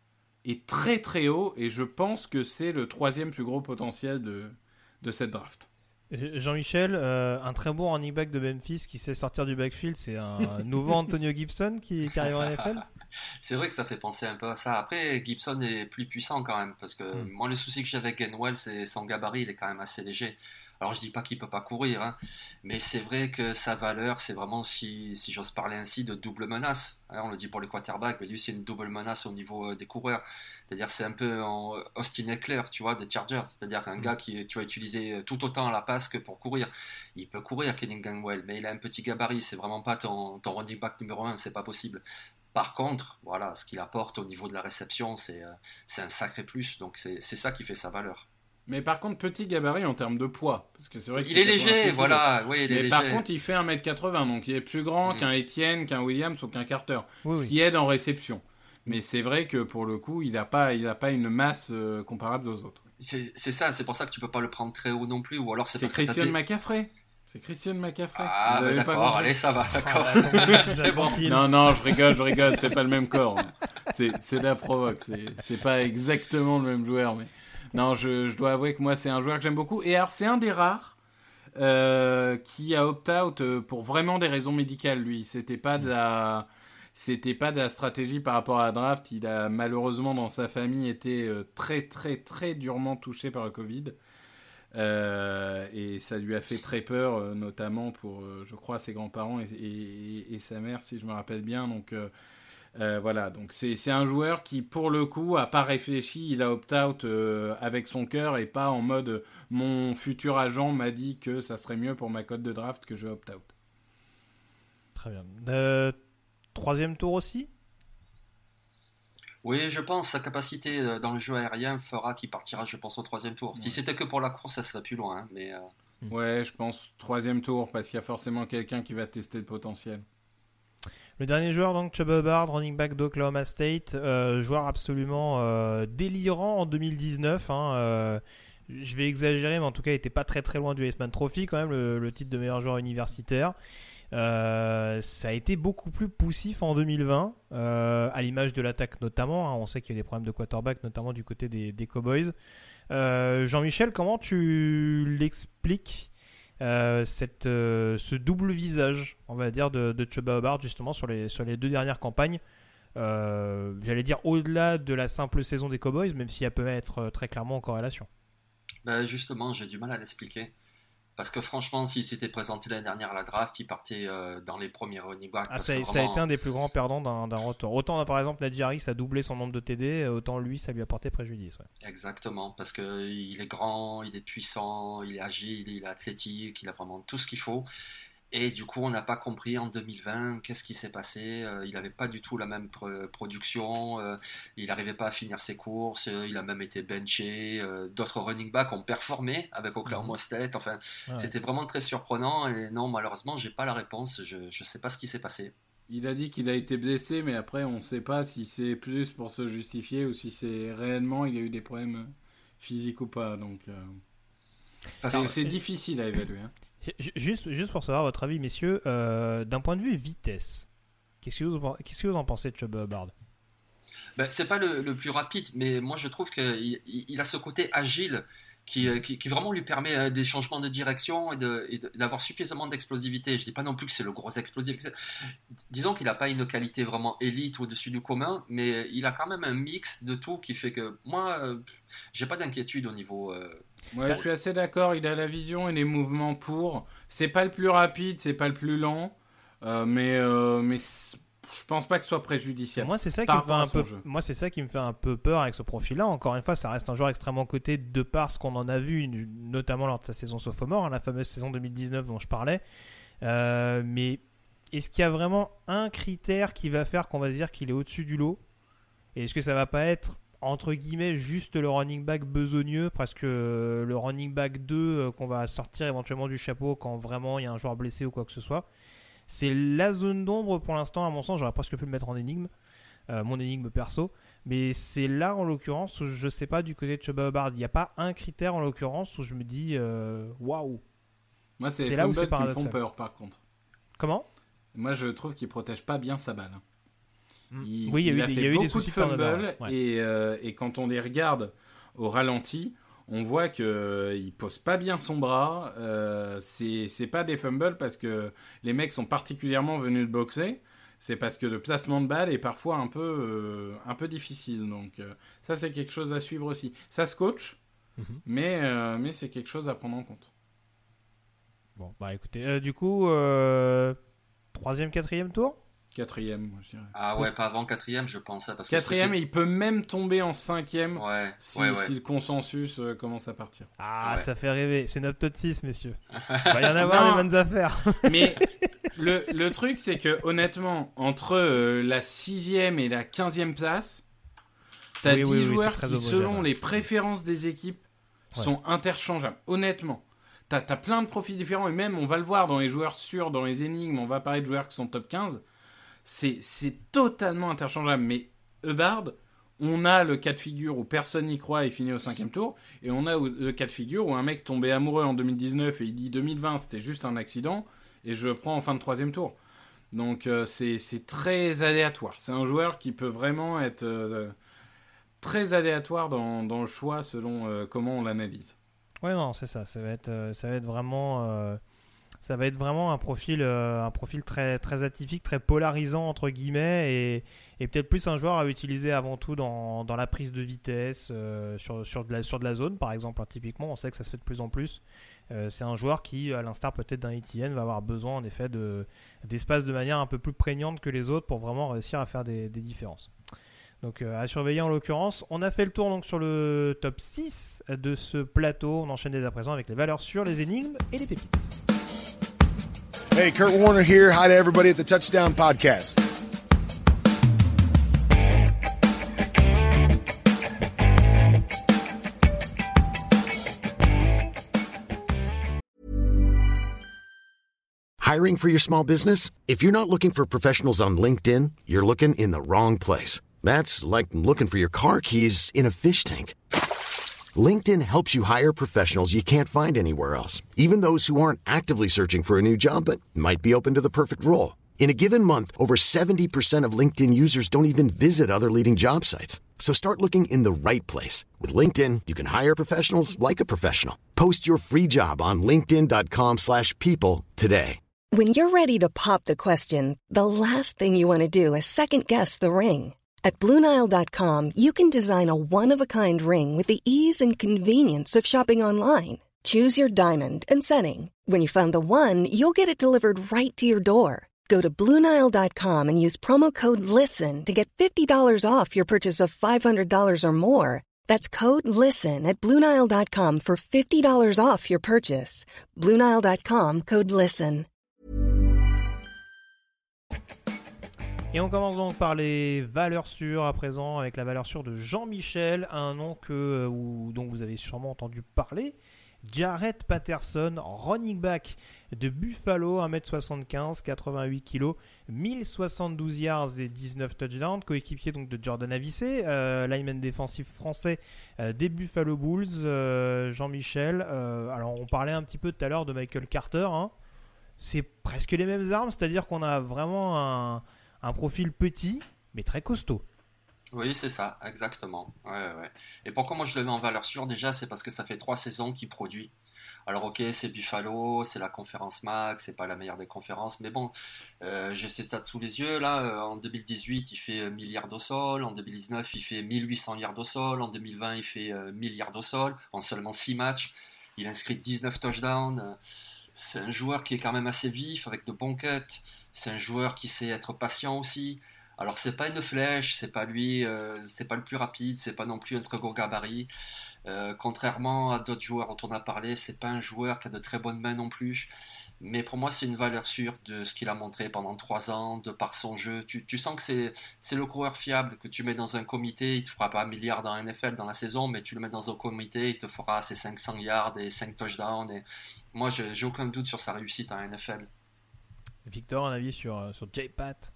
est très très haut et je pense que c'est le troisième plus gros potentiel de, de cette draft.
Jean-Michel, euh, un très bon running back de Memphis qui sait sortir du backfield, c'est un nouveau Antonio Gibson qui, qui arrive en N F L.
C'est vrai que ça fait penser un peu à ça. Après, Gibson est plus puissant quand même, parce que mm. moi le souci que j'ai avec Gainwell, c'est son gabarit, il est quand même assez léger. Alors je dis pas qu'il peut pas courir, hein, mais c'est vrai que sa valeur, c'est vraiment, si, si j'ose parler ainsi, de double menace. Hein, on le dit pour le quarterback, mais lui c'est une double menace au niveau des coureurs. C'est-à-dire c'est un peu en Austin Eckler, tu vois, des Chargers. C'est-à-dire un gars qui tu vas utiliser tout autant à la passe que pour courir. Il peut courir, Kenny Gainwell, mais il a un petit gabarit. C'est vraiment pas ton, ton running back numéro un, c'est pas possible. Par contre, voilà, ce qu'il apporte au niveau de la réception, c'est, euh, c'est un sacré plus. Donc c'est, c'est ça qui fait sa valeur.
Mais par contre, petit gabarit en termes de poids. Parce que c'est vrai
il est léger, voilà. Oui, il est
mais
léger.
Par contre, il fait un mètre quatre-vingts. Donc il est plus grand mmh. qu'un Etienne, qu'un Williams ou qu'un Carter. Oui, ce oui. qui aide en réception. Mais c'est vrai que pour le coup, il n'a pas, il a pas une masse euh, comparable aux autres.
C'est, c'est ça, c'est pour ça que tu ne peux pas le prendre très haut non plus. Ou alors c'est,
c'est
parce
Christian
que
McCaffrey. C'est Christian McCaffrey.
Ah, bah d'accord, allez, ça va, d'accord.
C'est bon. Non, non, je rigole, je rigole, c'est pas le même corps. C'est, c'est de la provoque, c'est, c'est pas exactement le même joueur. Mais... Non, je, je dois avouer que moi, c'est un joueur que j'aime beaucoup. Et alors, c'est un des rares euh, qui a opt-out pour vraiment des raisons médicales, lui. C'était pas de la... C'était pas de la stratégie par rapport à la draft. Il a malheureusement, dans sa famille, été très, très, très durement touché par le Covid. Euh, et ça lui a fait très peur, euh, notamment pour, euh, je crois, ses grands-parents et, et, et sa mère, si je me rappelle bien. Donc euh, euh, voilà, donc c'est, c'est un joueur qui, pour le coup, a pas réfléchi, il a opt-out euh, avec son cœur et pas en mode euh, mon futur agent m'a dit que ça serait mieux pour ma cote de draft que je opt-out.
Très bien. Euh, troisième tour aussi ?
Oui, je pense sa capacité dans le jeu aérien fera qu'il partira, je pense, au troisième tour. Ouais. Si c'était que pour la course, ça serait plus loin. Hein, mais, euh...
Ouais, je pense troisième tour, parce qu'il y a forcément quelqu'un qui va tester le potentiel.
Le dernier joueur, donc, Chuba Hubbard, running back d'Oklahoma State, euh, joueur absolument euh, délirant en deux mille dix-neuf. Hein, euh, je vais exagérer, mais en tout cas, il n'était pas très très loin du Heisman Trophy, quand même, le, le titre de meilleur joueur universitaire. Euh, ça a été beaucoup plus poussif en deux mille vingt, euh, à l'image de l'attaque notamment. Hein, on sait qu'il y a des problèmes de quarterback, notamment du côté des, des Cowboys. Euh, Jean-Michel, comment tu l'expliques euh, cette, euh, ce double visage, on va dire, de, de Chuba Hubbard justement sur les, sur les deux dernières campagnes, euh, j'allais dire au-delà de la simple saison des Cowboys, même si elle peut être très clairement en corrélation.
Ben justement, j'ai du mal à l'expliquer. Parce que franchement, s'il s'était présenté l'année dernière à la draft, il partait euh, dans les premiers running backs.
Ah, ça,
vraiment...
ça a été un des plus grands perdants d'un, d'un retour. Autant, par exemple, Najee Harris a doublé son nombre de T D, autant lui, ça lui a porté préjudice. Ouais.
Exactement, parce qu'il est grand, il est puissant, il est agile, il est athlétique, il a vraiment tout ce qu'il faut. Et du coup, on n'a pas compris en deux mille vingt qu'est-ce qui s'est passé. Euh, il n'avait pas du tout la même pr- production. Euh, il n'arrivait pas à finir ses courses. Euh, il a même été benché. Euh, d'autres running backs ont performé avec Oklahoma mmh. State. Enfin, ouais. C'était vraiment très surprenant. Et non, malheureusement, je n'ai pas la réponse. Je ne sais pas ce qui s'est passé.
Il a dit qu'il a été blessé, mais après, on ne sait pas si c'est plus pour se justifier ou si c'est réellement il a eu des problèmes physiques ou pas. Donc, euh... c'est, Alors, c'est difficile à évaluer. Hein.
Juste, juste pour savoir votre avis, messieurs, euh, d'un point de vue vitesse, qu'est-ce que vous, qu'est-ce que vous en pensez de Chuba Hubbard ?
Ben, c'est pas le, le plus rapide, mais moi je trouve qu'il il a ce côté agile qui, qui, qui vraiment lui permet des changements de direction et, de, et de, d'avoir suffisamment d'explosivité. Je dis pas non plus que c'est le gros explosif. Disons qu'il n'a pas une qualité vraiment élite au-dessus du commun, mais il a quand même un mix de tout qui fait que moi, euh, j'ai pas d'inquiétude au niveau... Euh,
Ouais, je suis assez d'accord. Il a la vision et les mouvements pour. C'est pas le plus rapide, c'est pas le plus lent, euh, mais euh, mais je pense pas que ce soit préjudiciable.
Moi, c'est ça qui me fait un peu. Jeu. Moi, c'est ça qui me fait un peu peur avec ce profil-là. Encore une fois, ça reste un joueur extrêmement coté de par ce qu'on en a vu, notamment lors de sa saison sophomore, hein, la fameuse saison deux mille dix-neuf dont je parlais. Euh, mais est-ce qu'il y a vraiment un critère qui va faire qu'on va se dire qu'il est au-dessus du lot ? Et est-ce que ça va pas être entre guillemets juste le running back besogneux, presque le running back deux qu'on va sortir éventuellement du chapeau quand vraiment il y a un joueur blessé ou quoi que ce soit? C'est la zone d'ombre pour l'instant, à mon sens. J'aurais presque pu le mettre en énigme, euh, mon énigme perso, mais c'est là en l'occurrence où je sais pas du côté de Chuba Hubbard, il n'y a pas un critère en l'occurrence où je me dis waouh. Wow.
Moi c'est, c'est les là où c'est qui me font peur par contre.
Comment?
Moi je trouve qu'il protège pas bien sa balle. Il,
oui, il y a,
il
eu,
a
des,
fait
il y a
beaucoup
eu des soucis
de fumbles
ouais.
et, euh, et quand on les regarde au ralenti, on voit qu'il euh, pose pas bien son bras. Euh, c'est, c'est pas des fumbles parce que les mecs sont particulièrement venus le boxer. C'est parce que le placement de balle est parfois un peu, euh, un peu difficile. Donc euh, ça, c'est quelque chose à suivre aussi. Ça se coach, mm-hmm. mais, euh, mais c'est quelque chose à prendre en compte.
Bon, bah écoutez, euh, du coup, euh, troisième, quatrième tour ?
Quatrième, moi je dirais.
Ah ouais, pas avant quatrième, je pense. Parce
quatrième, et il peut même tomber en cinquième
ouais,
si,
ouais, ouais.
si le consensus euh, commence à partir.
Ah,
ouais.
Ça fait rêver. C'est notre top six, messieurs. Il va y en avoir des bonnes affaires.
Mais le, le truc, c'est que honnêtement, entre euh, la sixième et la quinzième place, t'as oui, dix oui, joueurs oui, qui, homogène, selon ouais. les préférences des équipes, ouais. sont interchangeables. Honnêtement. T'as, t'as plein de profils différents, et même, on va le voir dans les joueurs sûrs, dans les énigmes, on va parler de joueurs qui sont top quinze. C'est, c'est totalement interchangeable, mais Hubbard, on a le cas de figure où personne n'y croit et finit au cinquième tour, et on a le cas de figure où un mec tombait amoureux en deux mille dix-neuf et il dit deux mille vingt c'était juste un accident, et je le prends en fin de troisième tour. Donc euh, c'est, c'est très aléatoire. C'est un joueur qui peut vraiment être euh, très aléatoire dans, dans le choix selon euh, comment on l'analyse.
Ouais, non, c'est ça. Ça va être, euh, ça va être vraiment... Euh... Ça va être vraiment un profil, euh, un profil très, très atypique, très polarisant entre guillemets, et, et peut-être plus un joueur à utiliser avant tout dans, dans la prise de vitesse, euh, sur, sur, de la, sur de la zone par exemple. Hein, typiquement, on sait que ça se fait de plus en plus. Euh, c'est un joueur qui, à l'instar peut-être d'un Etienne, va avoir besoin en effet de, d'espace de manière un peu plus prégnante que les autres pour vraiment réussir à faire des, des différences. Donc euh, à surveiller en l'occurrence. On a fait le tour donc sur le top six de ce plateau. On enchaîne dès à présent avec les valeurs sûres, les énigmes et les pépites.
Hey, Kurt Warner here. Hi to everybody at the Touchdown Podcast.
Hiring for your small business? If you're not looking for professionals on LinkedIn, you're looking in the wrong place. That's like looking for your car keys in a fish tank. LinkedIn helps you hire professionals you can't find anywhere else, even those who aren't actively searching for a new job but might be open to the perfect role. In a given month, over seventy percent of LinkedIn users don't even visit other leading job sites. So start looking in the right place. With LinkedIn, you can hire professionals like a professional. Post your free job on linkedin.com slash people today.
When you're ready to pop the question, the last thing you want to do is second-guess the ring. At Blue Nile dot com, you can design a one-of-a-kind ring with the ease and convenience of shopping online. Choose your diamond and setting. When you find the one, you'll get it delivered right to your door. Go to Blue Nile dot com and use promo code LISTEN to get fifty dollars off your purchase of five hundred dollars or more. That's code LISTEN at Blue Nile dot com for fifty dollars off your purchase. Blue Nile dot com, code LISTEN.
Et on commence donc par les valeurs sûres à présent, avec la valeur sûre de Jean-Michel, un nom que, ou, dont vous avez sûrement entendu parler. Jaret Patterson, running back de Buffalo, un mètre soixante-quinze, quatre-vingt-huit kilos, mille soixante-douze yards et dix-neuf touchdowns, coéquipier donc de Jordan Avicii, euh, lineman défensif français euh, des Buffalo Bulls. euh, Jean-Michel, euh, alors on parlait un petit peu tout à l'heure de Michael Carter, hein. C'est presque les mêmes armes, c'est-à-dire qu'on a vraiment un, un profil petit mais très costaud.
Oui, c'est ça, exactement. Ouais, ouais. Et pourquoi moi je le mets en valeur sûre? Déjà, c'est parce que ça fait trois saisons qu'il produit. Alors ok, c'est Buffalo, c'est la conférence max, c'est pas la meilleure des conférences, mais bon, euh, j'ai ses stats sous les yeux. Là, en deux mille dix-huit, il fait mille yards au sol, en deux mille dix-neuf, il fait mille huit cents yards au sol, en deux mille vingt, il fait euh, mille yards au sol, en seulement six matchs. Il inscrit dix-neuf touchdowns. C'est un joueur qui est quand même assez vif, avec de bons cuts. C'est un joueur qui sait être patient aussi. Alors c'est pas une flèche, c'est pas lui, euh, c'est pas le plus rapide, c'est pas non plus un très gros gabarit. Euh, contrairement à d'autres joueurs dont on a parlé, c'est pas un joueur qui a de très bonnes mains non plus. Mais pour moi, c'est une valeur sûre de ce qu'il a montré pendant trois ans, de par son jeu. Tu, tu sens que c'est, c'est le coureur fiable que tu mets dans un comité. Il te fera pas un milliard dans N F L dans la saison, mais tu le mets dans un comité, il te fera ses cinq cents yards et cinq touchdowns. Et moi, j'ai, j'ai aucun doute sur sa réussite en N F L.
Victor, un avis sur, sur J-Pat?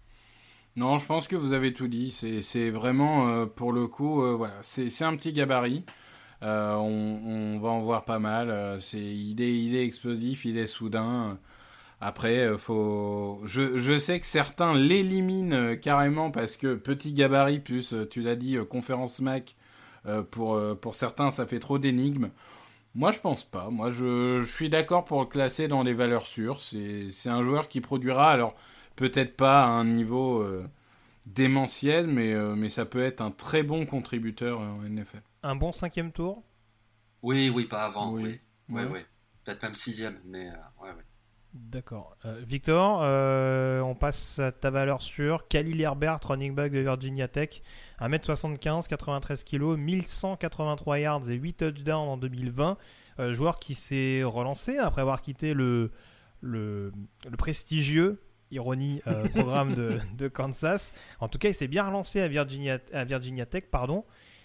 Non, je pense que vous avez tout dit. C'est, c'est vraiment, euh, pour le coup, euh, voilà, c'est, c'est un petit gabarit. Euh, on, on va en voir pas mal. Euh, c'est, il, est, il est explosif, il est soudain. Après, euh, faut... je, je sais que certains l'éliminent euh, carrément parce que petit gabarit, plus, euh, tu l'as dit, euh, conférence Mac, euh, pour, euh, pour certains, ça fait trop d'énigmes. Moi, je pense pas. Moi, je, je suis d'accord pour le classer dans les valeurs sûres. C'est, c'est un joueur qui produira, alors peut-être pas à un niveau euh, démentiel, mais, euh, mais ça peut être un très bon contributeur euh, en N F L.
Un bon cinquième tour?
Oui, oui, pas avant, oui.
Oui,
oui,
ouais.
oui. Peut-être même sixième, mais euh, ouais, ouais.
D'accord. Euh, Victor, euh, on passe à ta valeur sûre. Khalil Herbert, running back de Virginia Tech, un mètre soixante-quinze, quatre-vingt-treize kilos, mille cent quatre-vingt-trois yards et huit touchdowns en deux mille vingt. Euh, joueur qui s'est relancé après avoir quitté le, le, le prestigieux, ironie, euh, programme de, de Kansas. En tout cas, il s'est bien relancé à Virginia, à Virginia Tech, pardon,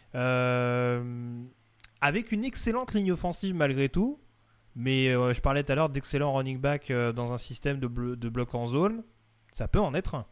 euh, avec une excellente ligne offensive malgré tout. Mais euh, je parlais tout à l'heure d'excellents running back euh, dans un système de, blo- de bloc en zone. Ça peut en être un.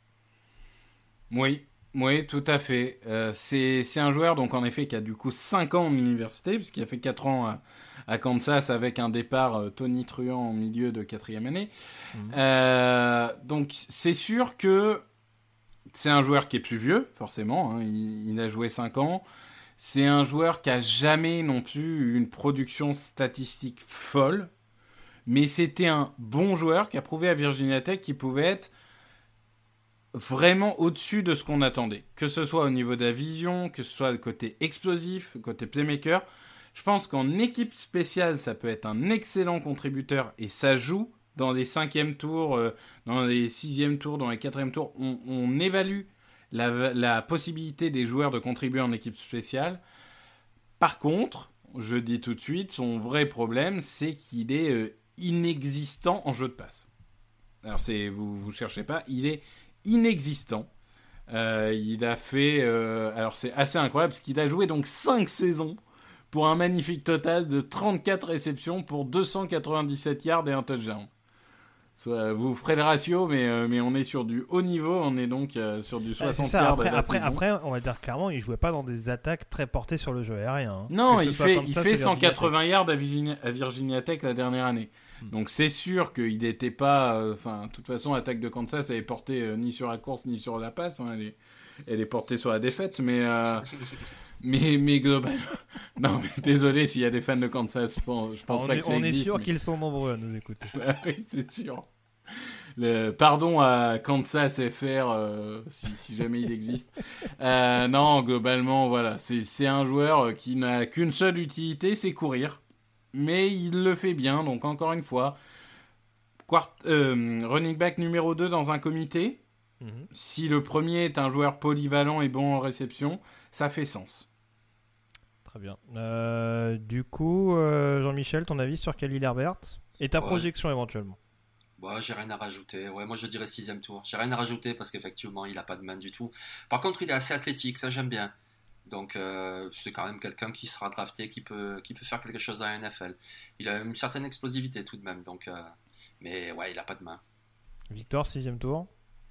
Oui, oui, tout à fait. Euh, c'est, c'est un joueur, donc en effet, qui a du coup cinq ans en université, puisqu'il a fait quatre ans à, à Kansas avec un départ euh, tonitruant en milieu de quatrième année. Mmh. Euh, donc c'est sûr que c'est un joueur qui est plus vieux, forcément. Hein, il, il a joué cinq ans. C'est un joueur qui n'a jamais non plus une production statistique folle, mais c'était un bon joueur qui a prouvé à Virginia Tech qu'il pouvait être vraiment au-dessus de ce qu'on attendait. Que ce soit au niveau de la vision, que ce soit le côté explosif, le côté playmaker. Je pense qu'en équipe spéciale, ça peut être un excellent contributeur et ça joue dans les cinquièmes tours, euh, dans les sixièmes tours, dans les quatrièmes tours. On, on évalue La, la possibilité des joueurs de contribuer en équipe spéciale. Par contre, je dis tout de suite, son vrai problème, c'est qu'il est euh, inexistant en jeu de passe. Alors, c'est, vous ne cherchez pas, il est inexistant. Euh, il a fait... Euh, alors, c'est assez incroyable, parce qu'il a joué donc cinq saisons pour un magnifique total de trente-quatre réceptions pour deux cent quatre-vingt-dix-sept yards et un touchdown. Soit, vous ferez le ratio, mais, euh, mais on est sur du haut niveau, on est donc euh, sur du soixante
ça,
yards
après,
de la
après,
saison.
après, on va dire clairement, il jouait pas dans des attaques très portées sur le jeu aérien. Hein.
Non, il fait, il fait cent quatre-vingts yards à Virginia, à Virginia Tech la dernière année. Hmm. Donc c'est sûr qu'il n'était pas... Enfin, euh, de toute façon, l'attaque de Kansas, elle est portée euh, ni sur la course, ni sur la passe. Hein, elle, est, elle est portée sur la défaite, mais... Euh, mais, mais globalement... Non, mais désolé s'il y a des fans de Kansas, je pense, je pense
on
pas
est,
que ça
on
existe.
On est sûr
mais...
qu'ils sont nombreux à nous écouter.
Oui, c'est sûr. Le, pardon à Kansas F R euh, si, si jamais il existe. Euh, non, globalement, voilà, c'est, c'est un joueur qui n'a qu'une seule utilité, c'est courir. Mais il le fait bien, donc encore une fois, quart, euh, running back numéro deux dans un comité. Mm-hmm. Si le premier est un joueur polyvalent et bon en réception, ça fait sens.
Très bien. Euh, du coup, euh, Jean-Michel, ton avis sur Khalil Herbert et ta ouais. projection éventuellement?
Bah, j'ai rien à rajouter. Ouais, moi je dirais sixième tour. J'ai rien à rajouter parce qu'effectivement il a pas de main du tout. Par contre, il est assez athlétique, ça j'aime bien. Donc euh, c'est quand même quelqu'un qui sera drafté, qui peut, qui peut faire quelque chose à la N F L. Il a une certaine explosivité tout de même. Donc, euh, mais ouais, il a pas de main.
Victor, sixième tour.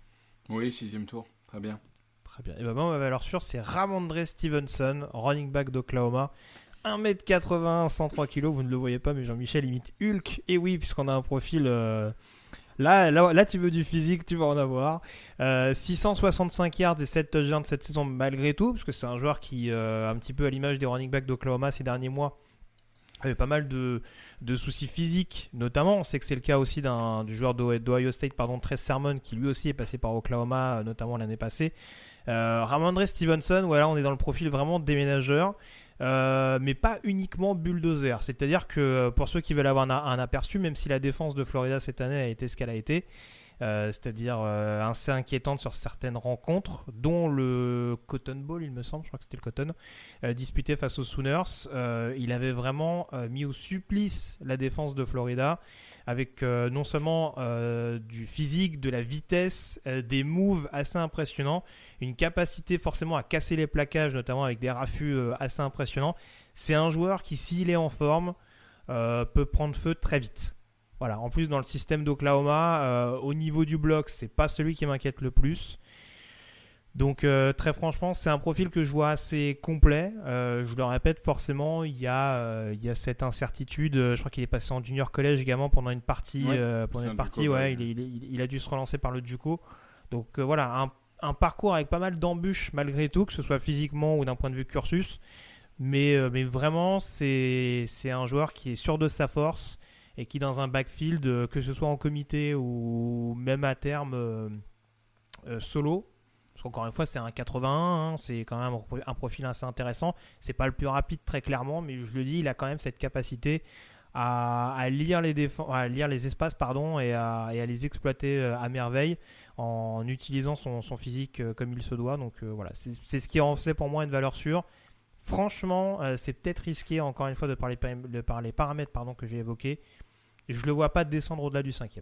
Oui, sixième tour. Très bien.
Très bien. Et ben moi, ma valeur sûre, c'est Ramondre Stevenson, running back d'Oklahoma. un mètre quatre-vingts, cent trois kilos, vous ne le voyez pas, mais Jean-Michel imite Hulk. Et oui, puisqu'on a un profil... Euh... Là, là, là, tu veux du physique, tu vas en avoir. Euh, six cent soixante-cinq yards et sept touchdowns cette saison malgré tout, parce que c'est un joueur qui, euh, un petit peu à l'image des running backs d'Oklahoma ces derniers mois, avait pas mal de, de soucis physiques, notamment. On sait que c'est le cas aussi d'un, du joueur d'Ohio State, pardon, Trey Sermon, qui lui aussi est passé par Oklahoma, notamment l'année passée. Euh, Ramondre Stevenson, voilà, on est dans le profil vraiment déménageur. Euh, mais pas uniquement bulldozer. C'est-à-dire que pour ceux qui veulent avoir un, un aperçu, même si la défense de Florida cette année a été ce qu'elle a été, euh, c'est-à-dire euh, assez inquiétante sur certaines rencontres, dont le Cotton Bowl, il me semble, je crois que c'était le Cotton, euh, disputé face aux Sooners, euh, il avait vraiment euh, mis au supplice la défense de Florida, avec euh, non seulement euh, du physique, de la vitesse, euh, des moves assez impressionnants, une capacité forcément à casser les plaquages, notamment avec des raffus euh, assez impressionnants. C'est un joueur qui, s'il est en forme, euh, peut prendre feu très vite. Voilà. En plus, dans le système d'Oklahoma, euh, au niveau du bloc, c'est pas celui qui m'inquiète le plus. Donc euh, très franchement, c'est un profil que je vois assez complet. Euh, je le répète, forcément, il y a, euh, il y a cette incertitude. Je crois qu'il est passé en junior college également pendant une partie.
Ouais,
euh, pendant une partie,
Duco,
ouais,
ouais.
il, est, il, est, il a dû se relancer par le Juco. Donc euh, voilà, un, un parcours avec pas mal d'embûches malgré tout, que ce soit physiquement ou d'un point de vue cursus. Mais, euh, mais vraiment, c'est, c'est un joueur qui est sûr de sa force et qui, dans un backfield, euh, que ce soit en comité ou même à terme euh, euh, solo. Parce qu'encore une fois, c'est un quatre-vingt-un, hein, c'est quand même un profil assez intéressant. C'est pas le plus rapide, très clairement, mais je le dis, il a quand même cette capacité à, à, lire, les déf- à lire les espaces pardon, et, à, et à les exploiter à merveille en utilisant son, son physique comme il se doit. Donc euh, voilà, c'est, c'est ce qui en fait pour moi une valeur sûre. Franchement, euh, c'est peut-être risqué, encore une fois, de par les, de par les paramètres pardon, que j'ai évoqués. Je le vois pas descendre au-delà du cinquième.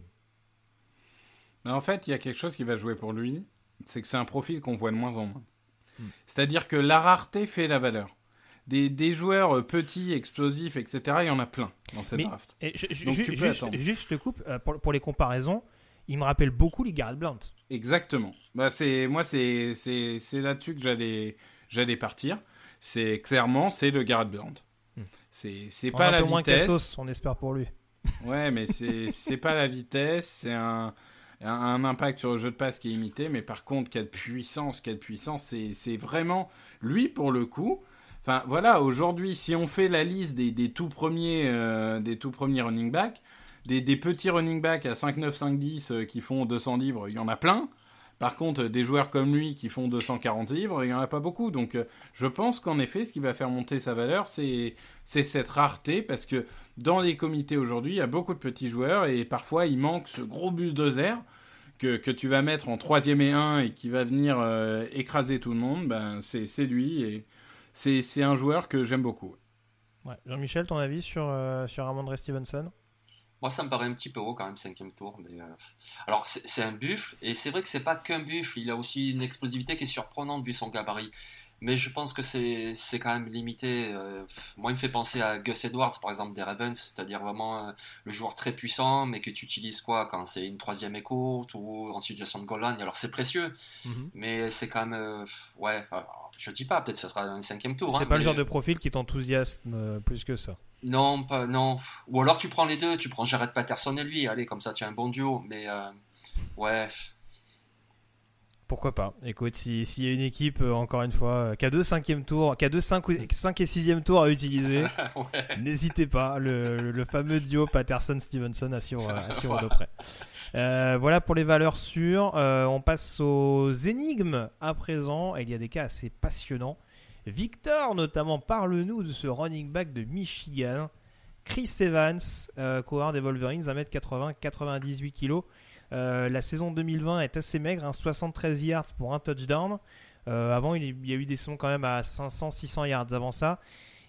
Mais en fait, il y a quelque chose qui va jouer pour lui. C'est que c'est un profil qu'on voit de moins en moins. Mm. C'est-à-dire que la rareté fait la valeur. Des, des joueurs petits, explosifs, et cetera, il y en a plein dans cette
Mais,
draft.
Et je, je,
Donc
je,
tu peux
juste,
attendre.
Juste, je te coupe, euh, pour, pour les comparaisons, il me rappelle beaucoup les Garrett Blount.
Exactement. Bah, c'est, moi, c'est, c'est, c'est là-dessus que j'allais, j'allais partir. C'est clairement, c'est le Garrett Blount. Mm. C'est, c'est pas la vitesse. Un peu moins
Cassos, on espère pour lui.
Ouais, mais c'est, c'est pas la vitesse, c'est un... un impact sur le jeu de passe qui est imité, mais par contre, quelle puissance, quelle puissance, c'est, c'est vraiment, lui, pour le coup, enfin, voilà, aujourd'hui, si on fait la liste des, des, tout, premiers, euh, des tout premiers running backs, des, des petits running backs à cinq neuf, cinq dix euh, qui font deux cents livres, il y en a plein. Par contre, des joueurs comme lui qui font deux cent quarante livres, il n'y en a pas beaucoup. Donc, euh, je pense qu'en effet, ce qui va faire monter sa valeur, c'est, c'est cette rareté, parce que dans les comités aujourd'hui, il y a beaucoup de petits joueurs, et parfois, il manque ce gros bulldozer que, que tu vas mettre en troisième et un et qui va venir euh, écraser tout le monde. Ben, c'est, c'est lui, et c'est, c'est un joueur que j'aime beaucoup.
Ouais. Jean-Michel, ton avis sur, euh, sur Ramondre Stevenson ?
Moi, ça me paraît un petit peu haut quand même, cinquième tour. Mais euh... Alors, c'est, c'est un buffle, et c'est vrai que c'est pas qu'un buffle, il a aussi une explosivité qui est surprenante vu son gabarit. Mais je pense que c'est, c'est quand même limité. Euh, moi, il me fait penser à Gus Edwards, par exemple, des Ravens, c'est-à-dire vraiment euh, le joueur très puissant, mais que tu utilises quoi quand c'est une troisième et courte ou en situation de goal line. Alors, c'est précieux, mm-hmm. mais c'est quand même... Euh, ouais, alors, je dis pas, peut-être que ce sera un cinquième tour.
C'est
hein,
pas
mais...
le genre de profil qui t'enthousiasme euh, plus que ça.
Non, pas, non. Ou alors tu prends les deux, tu prends Jared Patterson et lui, allez, comme ça tu as un bon duo, mais euh, ouais...
Pourquoi pas. Écoute, s'il si y a une équipe, euh, encore une fois, euh, qui a deux cinquième tours, qui a deux cinq et sixième tours à utiliser, ouais. N'hésitez pas. Le, le fameux duo Patterson-Stevenson assure, assure ouais. de près. Euh, voilà pour les valeurs sûres. Euh, on passe aux énigmes à présent. Il y a des cas assez passionnants. Victor, notamment, parle-nous de ce running back de Michigan. Chris Evans, euh, coureur des Wolverines, un mètre quatre-vingts, quatre-vingt-dix-huit kilos. Euh, la saison deux mille vingt est assez maigre, hein, soixante-treize yards pour un touchdown. Euh, avant, il y a eu des saisons quand même à cinq cents six cents yards avant ça.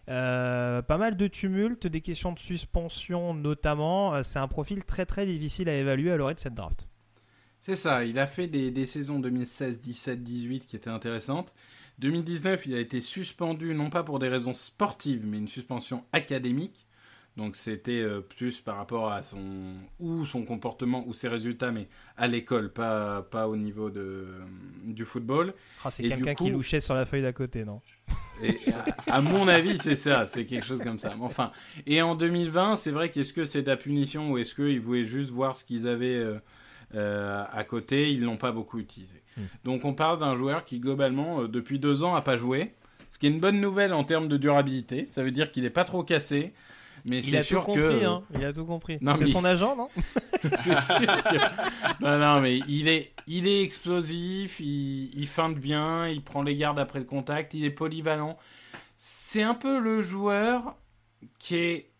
Euh, pas mal de tumultes, des questions de suspension notamment. Euh, c'est un profil très très difficile à évaluer à l'orée de cette draft.
C'est ça, il a fait des, des saisons deux mille seize, dix-sept, dix-huit qui étaient intéressantes. deux mille dix-neuf, il a été suspendu non pas pour des raisons sportives, mais une suspension académique. Donc c'était euh, plus par rapport à son ou son comportement ou ses résultats, mais à l'école, pas, pas au niveau de, euh, du football.
Ah, c'est et quelqu'un coup, qui louchait sur la feuille d'à côté, non?
Et à, à mon avis, c'est ça, c'est quelque chose comme ça. Enfin, et en deux mille vingt, c'est vrai qu'est-ce que c'est de la punition ou est-ce qu'ils voulaient juste voir ce qu'ils avaient euh, euh, à côté? Ils l'ont pas beaucoup utilisé. Mmh. Donc on parle d'un joueur qui globalement, euh, depuis deux ans, a pas joué. Ce qui est une bonne nouvelle en termes de durabilité. Ça veut dire qu'il est pas trop cassé. Mais
il
c'est
a
sûr
tout compris,
que...
hein. Il a tout compris.
Non,
c'est
mais...
son agent, non?
C'est sûr que... Non, non, mais il est, il est explosif, il, il feinte bien, il prend les gardes après le contact, il est polyvalent. C'est un peu le joueur qui est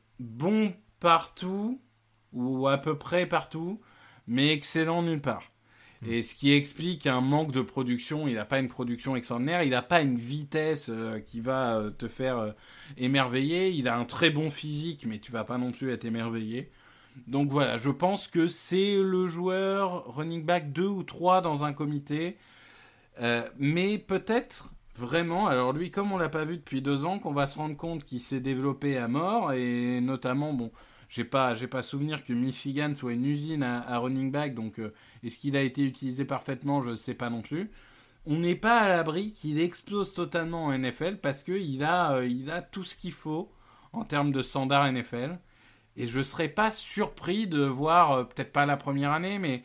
bon partout, ou à peu près partout, mais excellent nulle part. Et ce qui explique un manque de production. Il n'a pas une production extraordinaire, il n'a pas une vitesse euh, qui va euh, te faire euh, émerveiller. Il a un très bon physique, mais tu vas pas non plus être émerveillé. Donc voilà, je pense que c'est le joueur running back deux ou trois dans un comité. Euh, mais peut-être vraiment, alors lui, comme on l'a pas vu depuis deux ans, qu'on va se rendre compte qu'il s'est développé à mort. Et notamment, bon... J'ai pas, j'ai pas souvenir que Michigan soit une usine à, à running back, donc euh, est-ce qu'il a été utilisé parfaitement, je sais pas non plus. On n'est pas à l'abri qu'il explose totalement en N F L parce qu'il a, euh, il a tout ce qu'il faut en termes de standard N F L. Et je serais pas surpris de voir, euh, peut-être pas la première année, mais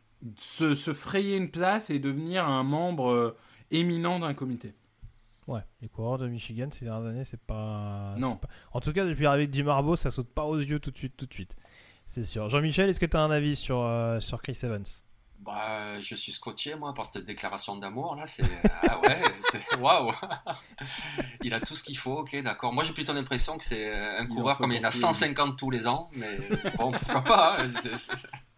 se, se frayer une place et devenir un membre euh, éminent d'un comité.
Ouais, les coureurs de Michigan ces dernières années, c'est pas...
Non.
C'est pas... En tout cas, depuis l'arrivée de Jim Harbaugh, ça saute pas aux yeux tout de suite, tout de suite. C'est sûr. Jean-Michel, est-ce que tu as un avis sur, euh, sur Chris Evans?
Bah, je suis scotché, moi, par cette déclaration d'amour, là. C'est... Ah ouais, c'est... Waouh. Il a tout ce qu'il faut, ok, d'accord. Moi, j'ai plutôt l'impression que c'est un il coureur comme il y en a cent cinquante tous les ans, mais bon, pourquoi pas, hein. c'est, c'est...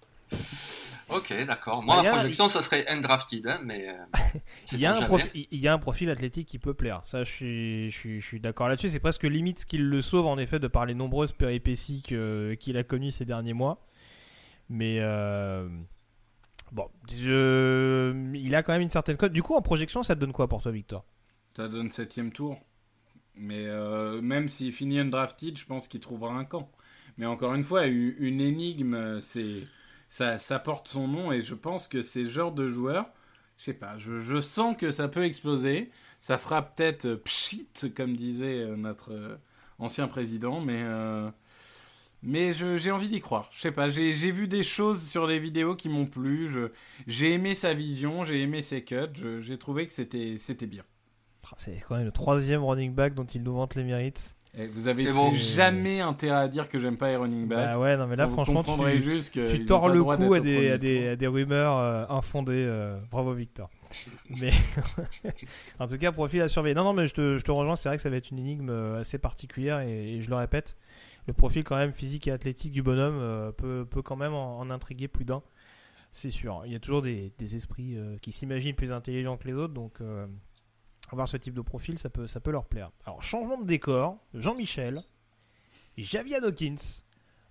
Ok, d'accord. Moi, bah, ma projection, il... ça serait undrafted, hein, mais bon,
il, y a un profi... il y a un profil athlétique qui peut plaire. Ça, je suis, je suis, je suis d'accord là-dessus. C'est presque limite ce qui le sauve, en effet, de par les nombreuses péripéties que... qu'il a connues ces derniers mois. Mais euh... bon, je... il a quand même une certaine cote. Du coup, en projection, ça te donne quoi pour toi, Victor?
Ça donne septième tour. Mais euh, même s'il finit undrafted, je pense qu'il trouvera un camp. Mais encore une fois, une énigme, c'est... Ça, ça porte son nom et je pense que c'est ce genre de joueur, je sais pas, je, je sens que ça peut exploser. Ça fera peut-être pchit, comme disait notre euh, ancien président, mais, euh, mais je, j'ai envie d'y croire. Je sais pas, j'ai, j'ai vu des choses sur les vidéos qui m'ont plu. Je, j'ai aimé sa vision, j'ai aimé ses cuts, je, j'ai trouvé que c'était, c'était bien.
C'est quand même le troisième running back dont il nous vante les mérites.
Et vous avez bon. jamais intérêt à dire que j'aime pas les running backs.
Bah ouais, non mais là,
vous
franchement, tu,
juste que
tu tords le cou à des, à, des, à des rumeurs euh, infondées. Euh, bravo, Victor. Mais en tout cas, profil à surveiller. Non, non, mais je te, je te rejoins. C'est vrai que ça va être une énigme assez particulière et, et je le répète, le profil quand même physique et athlétique du bonhomme euh, peut, peut quand même en, en intriguer plus d'un. C'est sûr. Il y a toujours des, des esprits euh, qui s'imaginent plus intelligents que les autres, donc. Euh, Avoir ce type de profil, ça peut, ça peut leur plaire. Alors, changement de décor, Jean-Michel, Javier Dawkins,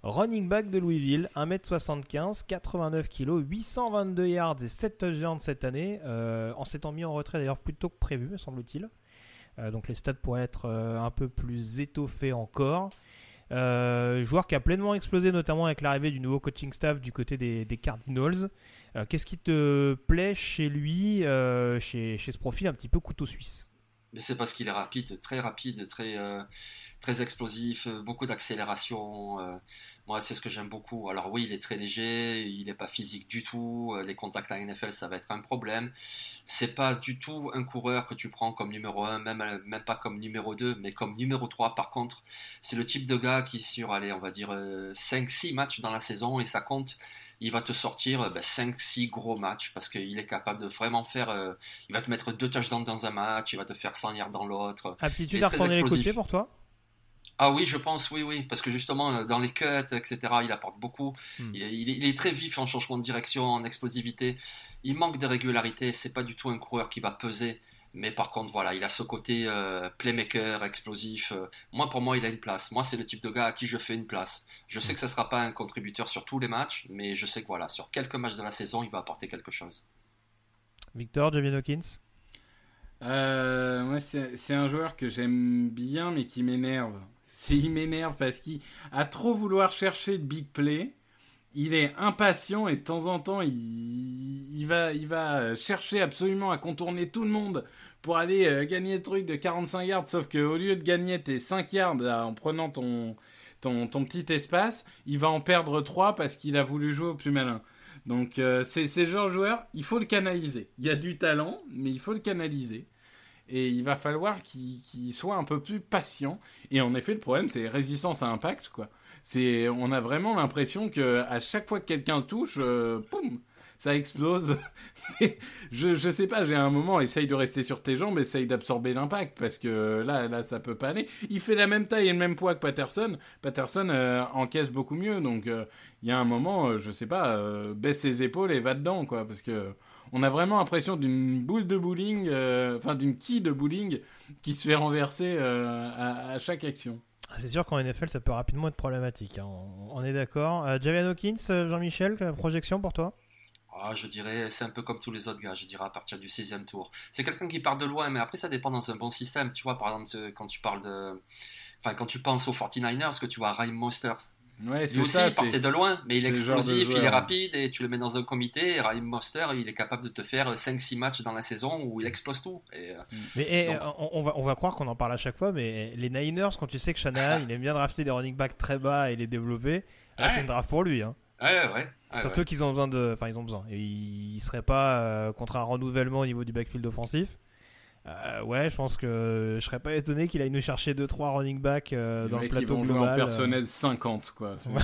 running back de Louisville, un mètre soixante-quinze, quatre-vingt-neuf kilos, huit cent vingt-deux yards et sept touchdowns cette année, euh, en s'étant mis en retrait d'ailleurs plus tôt que prévu, me semble-t-il. Euh, donc les stats pourraient être euh, un peu plus étoffés encore. Euh, joueur qui a pleinement explosé, notamment avec l'arrivée du nouveau coaching staff du côté des, des Cardinals. Euh, qu'est-ce qui te plaît chez lui, euh, chez, chez ce profil un petit peu couteau suisse?
Mais c'est parce qu'il est rapide, très rapide, très, euh, très explosif, beaucoup d'accélération. Euh, moi, c'est ce que j'aime beaucoup. Alors oui, il est très léger, il n'est pas physique du tout. Les contacts en N F L, ça va être un problème. C'est pas du tout un coureur que tu prends comme numéro un, même, même pas comme numéro deux, mais comme numéro trois. Par contre, c'est le type de gars qui, sur, allez, on va dire, euh, cinq six matchs dans la saison, et ça compte, il va te sortir ben, cinq six gros matchs parce qu'il est capable de vraiment faire. Euh, il va te mettre deux touchdowns dans un match, il va te faire cent yards dans l'autre.
Aptitude à retourner les côtés pour toi?
Ah oui, je pense, oui, oui, parce que justement, dans les cuts, et cetera, il apporte beaucoup. Hmm. Il, est, il, est, il est très vif en changement de direction, en explosivité. Il manque de régularité, c'est pas du tout un coureur qui va peser. Mais par contre, voilà, il a ce côté euh, playmaker, explosif. Euh, moi, pour moi, il a une place. Moi, c'est le type de gars à qui je fais une place. Je sais que ça ne sera pas un contributeur sur tous les matchs, mais je sais que voilà, sur quelques matchs de la saison, il va apporter quelque chose.
Victor, Javier Hawkins
euh, Moi, c'est, c'est un joueur que j'aime bien, mais qui m'énerve. C'est, il m'énerve parce qu'il a trop vouloir chercher de big play. Il est impatient et de temps en temps, il, il, va, il va chercher absolument à contourner tout le monde pour aller euh, gagner le truc de quarante-cinq yards. Sauf qu'au lieu de gagner tes cinq yards là, en prenant ton, ton, ton petit espace, il va en perdre trois parce qu'il a voulu jouer au plus malin. Donc euh, c'est, c'est ce genre de joueur, il faut le canaliser. Il y a du talent, mais il faut le canaliser. Et il va falloir qu'il, qu'il soit un peu plus patient. Et en effet, le problème, c'est résistance à impact, quoi. C'est, on a vraiment l'impression qu'à chaque fois que quelqu'un touche, euh, poum, ça explose. c'est, je, je sais pas, j'ai un moment, essaye de rester sur tes jambes, essaye d'absorber l'impact, parce que là, là, ça peut pas aller. Il fait la même taille et le même poids que Patterson. Patterson euh, encaisse beaucoup mieux, donc il euh, y a un moment, euh, je sais pas, euh, baisse ses épaules et va dedans, quoi, parce que on a vraiment l'impression d'une boule de bowling, enfin euh, d'une quille de bowling qui se fait renverser euh, à, à chaque action.
C'est sûr qu'en N F L, ça peut rapidement être problématique. Hein. On, on est d'accord. Euh, Javier Hawkins, Jean-Michel, projection pour toi?
Ah, je dirais, c'est un peu comme tous les autres gars, je dirais à partir du sixième tour. C'est quelqu'un qui part de loin, mais après ça dépend dans un bon système. Tu vois, par exemple, quand tu parles de... Enfin, quand tu penses aux forty-niners, que tu vois Raheem Mostert.
Ouais, c'est
lui aussi,
ça,
il partait
c'est...
de loin, mais il est
c'est
explosif, il est rapide, et tu le mets dans un comité, et Raheem Mostert, il est capable de te faire cinq six matchs dans la saison où il explose tout. Et,
mais et, donc... on, on, va, on va croire qu'on en parle à chaque fois, mais les Niners, quand tu sais que Shanahan, il aime bien drafter des running backs très bas et les développer, là, ouais. C'est une draft pour lui. Hein.
Ouais, ouais, ouais.
Surtout
ouais.
qu'ils ont besoin de... Enfin, ils ont besoin. Ils ne seraient pas euh, contre un renouvellement au niveau du backfield offensif. Euh, ouais, je pense que je serais pas étonné qu'il aille nous chercher deux trois running back euh, dans le plateau global.
Ils vont jouer en personnel euh... cinquante, quoi. C'est...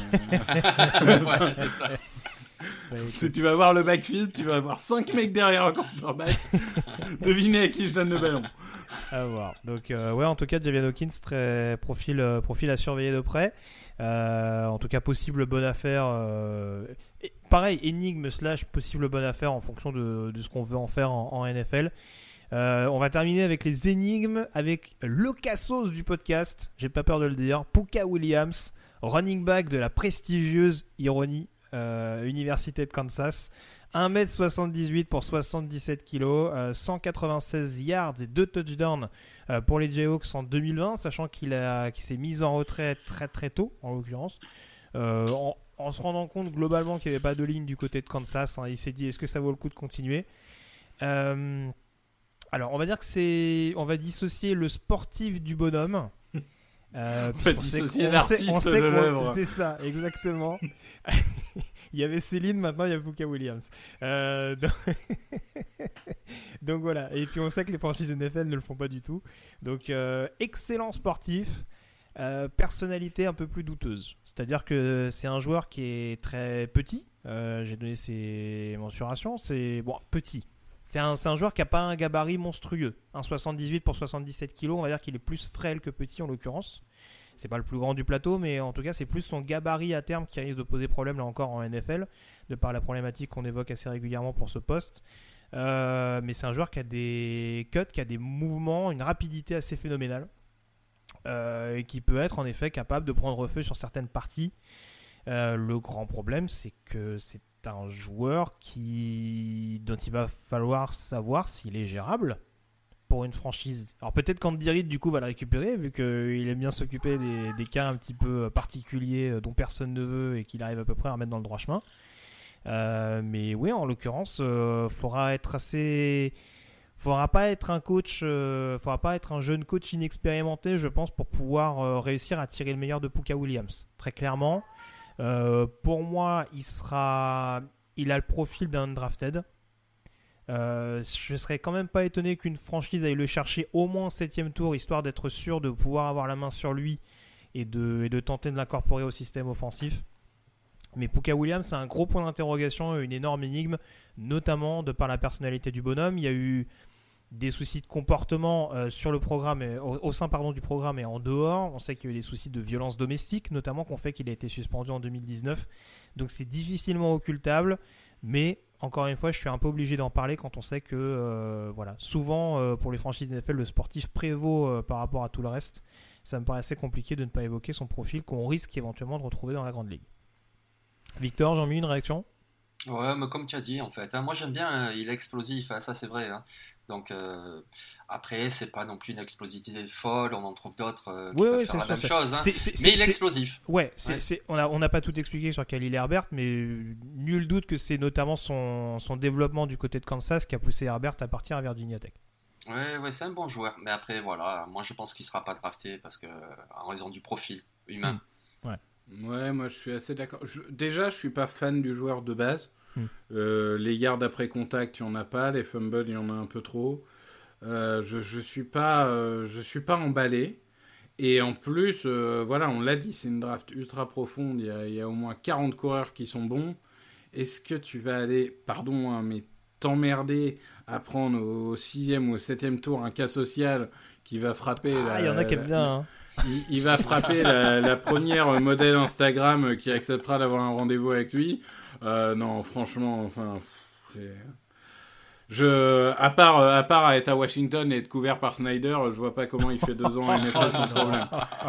ouais, c'est ça.
Ouais, si tu vas voir le backfield, tu vas avoir cinq mecs derrière un quarterback. Devinez à qui je donne le ballon.
À voir. Donc, euh, ouais, en tout cas, Javier Hawkins, très profil, euh, profil à surveiller de près. Euh, en tout cas, possible bonne affaire. Euh... Et, pareil, énigme slash possible bonne affaire en fonction de, de ce qu'on veut en faire en, en N F L. Euh, on va terminer avec les énigmes, avec le cassos du podcast, j'ai pas peur de le dire, Pooka Williams, running back de la prestigieuse, ironie, euh, Université de Kansas, un mètre soixante-dix-huit pour soixante-dix-sept kilos, euh, cent quatre-vingt-seize yards et deux touchdowns euh, pour les Jayhawks en deux mille vingt, sachant qu'il, a, qu'il s'est mis en retrait très très tôt, en l'occurrence. Euh, en, en se rendant compte globalement qu'il n'y avait pas de ligne du côté de Kansas, hein, il s'est dit est-ce que ça vaut le coup de continuer. euh, Alors, on va dire que c'est... On va dissocier le sportif du bonhomme.
Euh, on va dissocier l'artiste
on sait, on sait
de l'œuvre.
C'est ça, exactement. Il y avait Céline, maintenant il y a Pooka Williams. Euh, donc... donc voilà. Et puis on sait que les franchises N F L ne le font pas du tout. Donc, euh, excellent sportif. Euh, personnalité un peu plus douteuse. C'est-à-dire que c'est un joueur qui est très petit. Euh, j'ai donné ses mensurations. C'est... Bon, petit. C'est un, c'est un joueur qui n'a pas un gabarit monstrueux. Un soixante-dix-huit pour soixante-dix-sept kilos, on va dire qu'il est plus frêle que petit en l'occurrence. C'est pas le plus grand du plateau, mais en tout cas, c'est plus son gabarit à terme qui risque de poser problème là encore en N F L, de par la problématique qu'on évoque assez régulièrement pour ce poste. Euh, mais c'est un joueur qui a des cuts, qui a des mouvements, une rapidité assez phénoménale, euh, et qui peut être en effet capable de prendre feu sur certaines parties. Euh, le grand problème, c'est que c'est un joueur qui... dont il va falloir savoir s'il est gérable pour une franchise. Alors peut-être qu'Andy Reid du coup va le récupérer vu qu'il aime bien s'occuper des, des cas un petit peu particuliers dont personne ne veut et qu'il arrive à peu près à remettre dans le droit chemin. Euh, mais oui, en l'occurrence, euh, faudra être assez... faudra pas être un coach, euh, faudra pas être un jeune coach inexpérimenté, je pense, pour pouvoir euh, réussir à tirer le meilleur de Pooka Williams. Très clairement. Euh, pour moi, il sera, il a le profil d'un undrafted. Euh, je ne serais quand même pas étonné qu'une franchise aille le chercher au moins au septième tour, histoire d'être sûr de pouvoir avoir la main sur lui et de, et de tenter de l'incorporer au système offensif. Mais Pooka Williams, c'est un gros point d'interrogation, une énorme énigme, notamment de par la personnalité du bonhomme. Il y a eu des soucis de comportement euh, sur le programme, et, au, au sein pardon, du programme et en dehors. On sait qu'il y a eu des soucis de violence domestique, notamment qu'on fait qu'il a été suspendu en deux mille dix-neuf. Donc c'est difficilement occultable, mais encore une fois, je suis un peu obligé d'en parler quand on sait que euh, voilà, souvent euh, pour les franchises N F L, le sportif prévaut euh, par rapport à tout le reste. Ça me paraît assez compliqué de ne pas évoquer son profil qu'on risque éventuellement de retrouver dans la Grande Ligue. Victor, Jean-Mi, une réaction ?
Ouais, mais comme tu as dit, en fait, hein, moi j'aime bien, hein, il est explosif, hein, ça c'est vrai. Hein. Donc euh, après, c'est pas non plus une explosivité folle, on en trouve d'autres euh, qui
oui,
peuvent
oui,
faire la
sûr,
même
c'est...
chose. Hein.
C'est, c'est,
mais
c'est,
il est explosif.
Ouais, c'est,
ouais.
C'est, on n'a on a pas tout expliqué sur Khalil Herbert, mais nul doute que c'est notamment son, son développement du côté de Kansas qui a poussé Herbert à partir à Virginia Tech.
Ouais, ouais, c'est un bon joueur, mais après, voilà, moi je pense qu'il sera pas drafté parce que en raison du profil humain.
Mmh. Ouais.
Ouais, moi je suis assez d'accord. Je... Déjà, je suis pas fan du joueur de base.
Mmh.
Euh, les yards après contact, il y en a pas. Les fumbles, il y en a un peu trop. Euh, je je suis pas euh, je suis pas emballé. Et en plus, euh, voilà, on l'a dit, c'est une draft ultra profonde. Il y a, il y a au moins quarante coureurs qui sont bons. Est-ce que tu vas aller, pardon, hein, mais t'emmerder à prendre au sixième ou au septième tour un cas social qui va frapper.
Ah, il y en a qui aiment bien. Hein.
Il, il va frapper la, la première modèle Instagram qui acceptera d'avoir un rendez-vous avec lui. Euh, non, franchement, enfin, c'est... je, à part, à part à être à Washington et être couvert par Snyder, je vois pas comment il fait deux ans en N F L sans problème.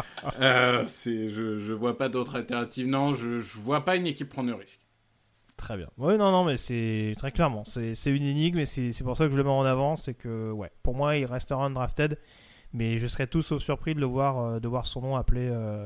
Euh, c'est, je, je vois pas d'autre alternative. Non, je, je vois pas une équipe prendre le risque.
Très bien. Oui, non, non, mais c'est très clairement, c'est, c'est une énigme et c'est, c'est pour ça que je le mets en avant. C'est que, ouais, pour moi, il restera undrafted, mais je serais tout sauf surpris de le voir, de voir son nom appelé euh,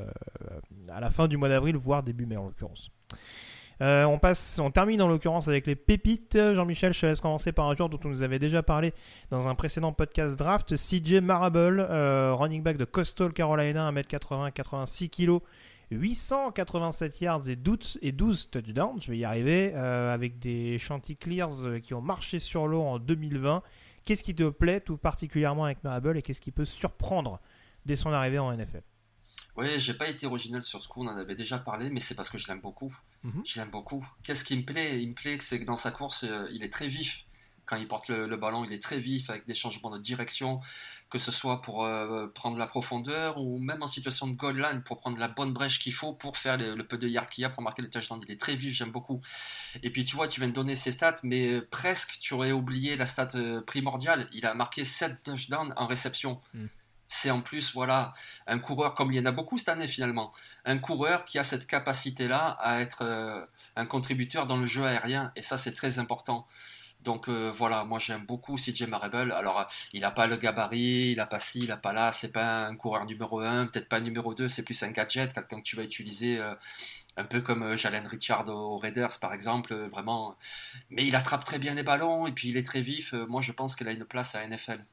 à la fin du mois d'avril, voire début mai en l'occurrence. Euh, on passe, on termine en l'occurrence avec les pépites. Jean-Michel, je te laisse commencer par un joueur dont on nous avait déjà parlé dans un précédent podcast draft, C J Marable, euh, running back de Coastal Carolina, un mètre quatre-vingts, quatre-vingt-six kilos, huit cent quatre-vingt-sept yards et douze, et douze touchdowns, je vais y arriver, euh, avec des Chanticleers qui ont marché sur l'eau en deux mille vingt. Qu'est-ce qui te plaît tout particulièrement avec Marable et qu'est-ce qui peut surprendre dès son arrivée en N F L ?
Oui, j'ai pas été original sur ce coup, on en avait déjà parlé, mais c'est parce que je l'aime beaucoup. Mm-hmm. Je l'aime beaucoup. Qu'est-ce qui me plaît ? Il me plaît que c'est que dans sa course, euh, il est très vif. Quand il porte le, le ballon, il est très vif avec des changements de direction, que ce soit pour euh, prendre la profondeur ou même en situation de goal line pour prendre la bonne brèche qu'il faut pour faire le, le peu de yards qu'il y a pour marquer le touchdown. Il est très vif, j'aime beaucoup. Et puis tu vois, tu viens de donner ses stats, mais euh, presque tu aurais oublié la stat euh, primordiale. Il a marqué sept touchdowns en réception. Mm. C'est en plus, voilà, un coureur, comme il y en a beaucoup cette année finalement, un coureur qui a cette capacité-là à être euh, un contributeur dans le jeu aérien, et ça c'est très important. Donc euh, voilà, moi j'aime beaucoup C J Marable. Alors euh, il n'a pas le gabarit, il n'a pas ci, il n'a pas là, c'est pas un coureur numéro un, peut-être pas numéro deux, c'est plus un gadget, quelqu'un que tu vas utiliser euh, un peu comme euh, Jalen Richard aux Raiders par exemple, euh, vraiment. Mais il attrape très bien les ballons, et puis il est très vif, euh, moi je pense qu'il a une place à N F L.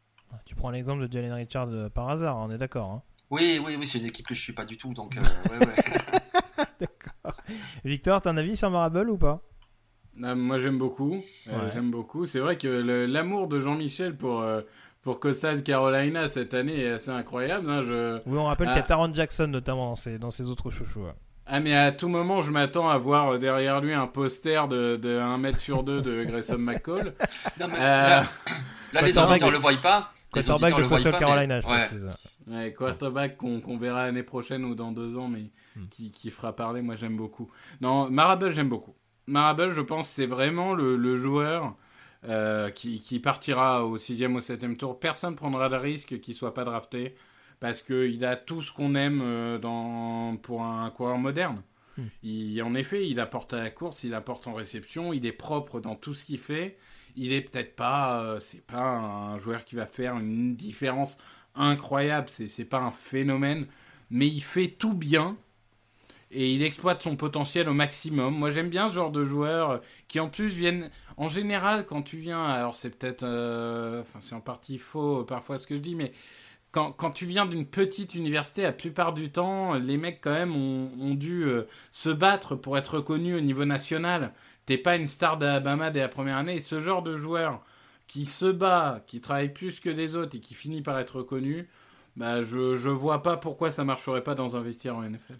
Tu prends l'exemple de Jalen Richard euh, par hasard, on est d'accord hein ?
Oui, oui, oui, c'est une équipe que je suis pas du tout, donc euh, ouais, ouais.
D'accord. Victor, t'as un avis sur Marable ou pas ?
Ah, moi j'aime beaucoup,
ouais.
euh, j'aime beaucoup. C'est vrai que le, l'amour de Jean-Michel pour euh, pour Coastal Carolina cette année est assez incroyable. Hein, je...
Oui, on rappelle
ah.
qu'il y a Taron Jackson notamment dans ses, dans ses autres chouchous. Ouais.
Ah mais à tout moment je m'attends à voir derrière lui un poster de, de un mètre sur deux de Grayson McCall.
Non, mais
euh...
là, là les auditeurs ne le voient pas.
Quarterback de Coastal Carolina, je
ouais.
précise.
Ouais, quarterback qu'on, qu'on verra l'année prochaine ou dans deux ans, mais hmm. qui, qui fera parler, moi j'aime beaucoup. Non, Marable j'aime beaucoup. Marable, je pense, c'est vraiment le, le joueur euh, qui, qui partira au sixième ou septième tour. Personne ne prendra le risque qu'il ne soit pas drafté parce qu'il a tout ce qu'on aime euh, dans, pour un coureur moderne. Mmh. Il, en effet, il apporte à la course, il apporte en réception, il est propre dans tout ce qu'il fait. Il est peut-être pas, euh, c'est pas un joueur qui va faire une différence incroyable, c'est, c'est pas un phénomène, mais il fait tout bien et il exploite son potentiel au maximum. Moi, j'aime bien ce genre de joueurs qui, en plus, viennent... En général, quand tu viens... Alors, c'est peut-être... Euh, enfin, c'est en partie faux, parfois, ce que je dis, mais quand, quand tu viens d'une petite université, la plupart du temps, les mecs, quand même, ont, ont dû euh, se battre pour être reconnus au niveau national. T'es pas une star d'Alabama dès la première année. Et ce genre de joueur qui se bat, qui travaille plus que les autres et qui finit par être reconnu, bah, je, je vois pas pourquoi ça marcherait pas dans un vestiaire en N F L.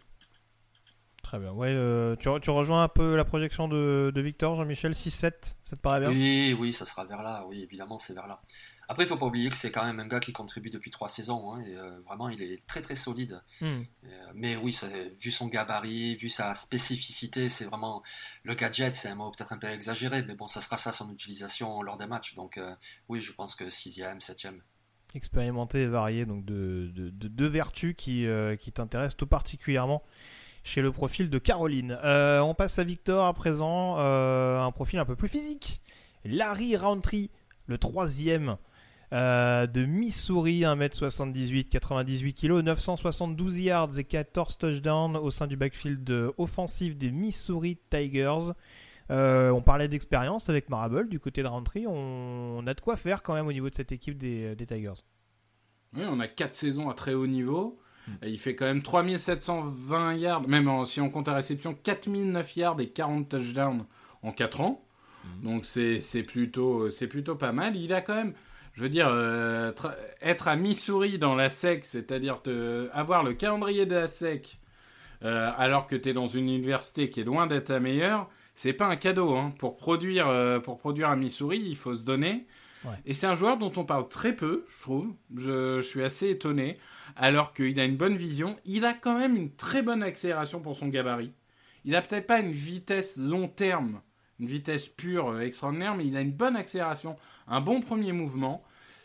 Très bien. Ouais, euh, tu, tu rejoins un peu la projection de, de Victor, Jean-Michel, six sept, ça te paraît bien ?
Oui, oui, ça sera vers là. Oui, évidemment, c'est vers là. Après, il ne faut pas oublier que c'est quand même un gars qui contribue depuis trois saisons. Hein, et euh, vraiment, il est très très solide. Mm. Et, euh, mais oui, ça, vu son gabarit, vu sa spécificité, c'est vraiment le gadget. C'est un mot peut-être un peu exagéré, mais bon, ça sera ça son utilisation lors des matchs. Donc euh, oui, je pense que sixième, septième.
Expérimenté et varié, donc de deux de, de vertus qui, euh, qui t'intéressent tout particulièrement chez le profil de Caroline. Euh, on passe à Victor à présent, euh, un profil un peu plus physique. Larry Rountree, le troisième euh, de Missouri, un mètre soixante-dix-huit, quatre-vingt-dix-huit kilos, neuf cent soixante-douze yards et quatorze touchdowns au sein du backfield offensif des Missouri Tigers. Euh, on parlait d'expérience avec Marable du côté de Rountree. On, on a de quoi faire quand même au niveau de cette équipe des, des Tigers.
Oui, on a quatre saisons à très haut niveau. Et il fait quand même trois mille sept cent vingt yards, même en, si on compte la réception, quatre mille neuf yards et quarante touchdowns en quatre ans. Mmh. Donc c'est, c'est, plutôt, c'est plutôt pas mal. Il a quand même, je veux dire, euh, tra- être à Missouri dans la S E C, c'est-à-dire te, avoir le calendrier de la S E C, euh, alors que tu es dans une université qui est loin d'être la meilleure, c'est pas un cadeau. Hein. Pour, produire, euh, pour produire à Missouri, il faut se donner. Ouais. Et c'est un joueur dont on parle très peu, je trouve. Je, je suis assez étonné. Alors qu'il a une bonne vision. Il a quand même une très bonne accélération pour son gabarit. Il n'a peut-être pas une vitesse long terme, une vitesse pure euh, extraordinaire, mais il a une bonne accélération, un bon premier mouvement.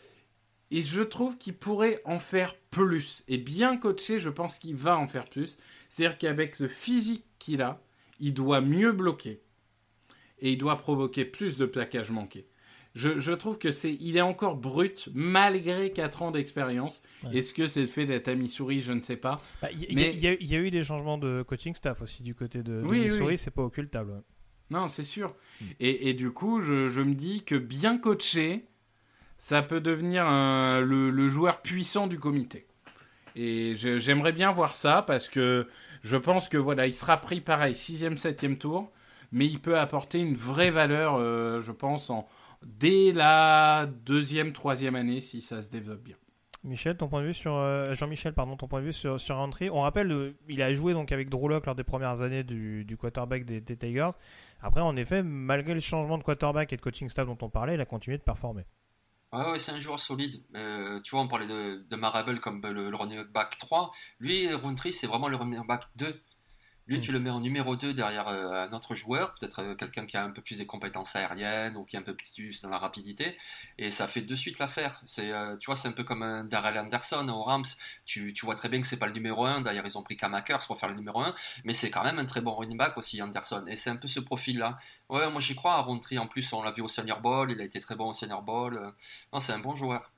Et je trouve qu'il pourrait en faire plus. Et bien coaché, je pense qu'il va en faire plus. C'est-à-dire qu'avec le physique qu'il a, il doit mieux bloquer. Et il doit provoquer plus de plaquages manqués. Je, je trouve que c'est, il est encore brut malgré quatre ans d'expérience. Ouais. Est-ce que c'est le fait d'être à Missouri? Je ne sais pas.
Bah, y, mais il y, y, y a eu des changements de coaching staff aussi du côté de, de oui, Missouri, oui. C'est pas occultable. Ouais.
Non, c'est sûr. Mm. Et, et du coup, je, je me dis que bien coaché, ça peut devenir un, le, le joueur puissant du comité. Et je, j'aimerais bien voir ça parce que je pense que voilà, il sera pris pareil, sixième, septième tour, mais il peut apporter une vraie valeur, euh, je pense, en dès la deuxième, troisième année, si ça se développe bien.
Michel, ton point de vue sur euh, Jean-Michel, pardon, ton point de vue sur sur Rountree. On rappelle, euh, il a joué donc avec Drew Lock lors des premières années du, du quarterback des, des Tigers. Après, en effet, malgré le changement de quarterback et de coaching staff dont on parlait, il a continué de performer.
Ouais, ouais, c'est un joueur solide. Euh, tu vois, on parlait de, de Marable comme le, le running back trois. Lui, Rountree, c'est vraiment le running back deux. Lui, mmh. tu le mets en numéro deux derrière euh, un autre joueur, peut-être euh, quelqu'un qui a un peu plus des compétences aériennes ou qui est un peu plus dans la rapidité, et ça fait de suite l'affaire. C'est, euh, tu vois, c'est un peu comme un Darrell Anderson aux Rams. Tu, tu vois très bien que c'est pas le numéro un. D'ailleurs, ils ont pris Cam Akers pour faire le numéro un, mais c'est quand même un très bon running back aussi, Anderson. Et c'est un peu ce profil-là. Ouais, moi j'y crois à Rountree. En plus, on l'a vu au Senior Bowl, il a été très bon au Senior Bowl. Non, c'est un bon joueur.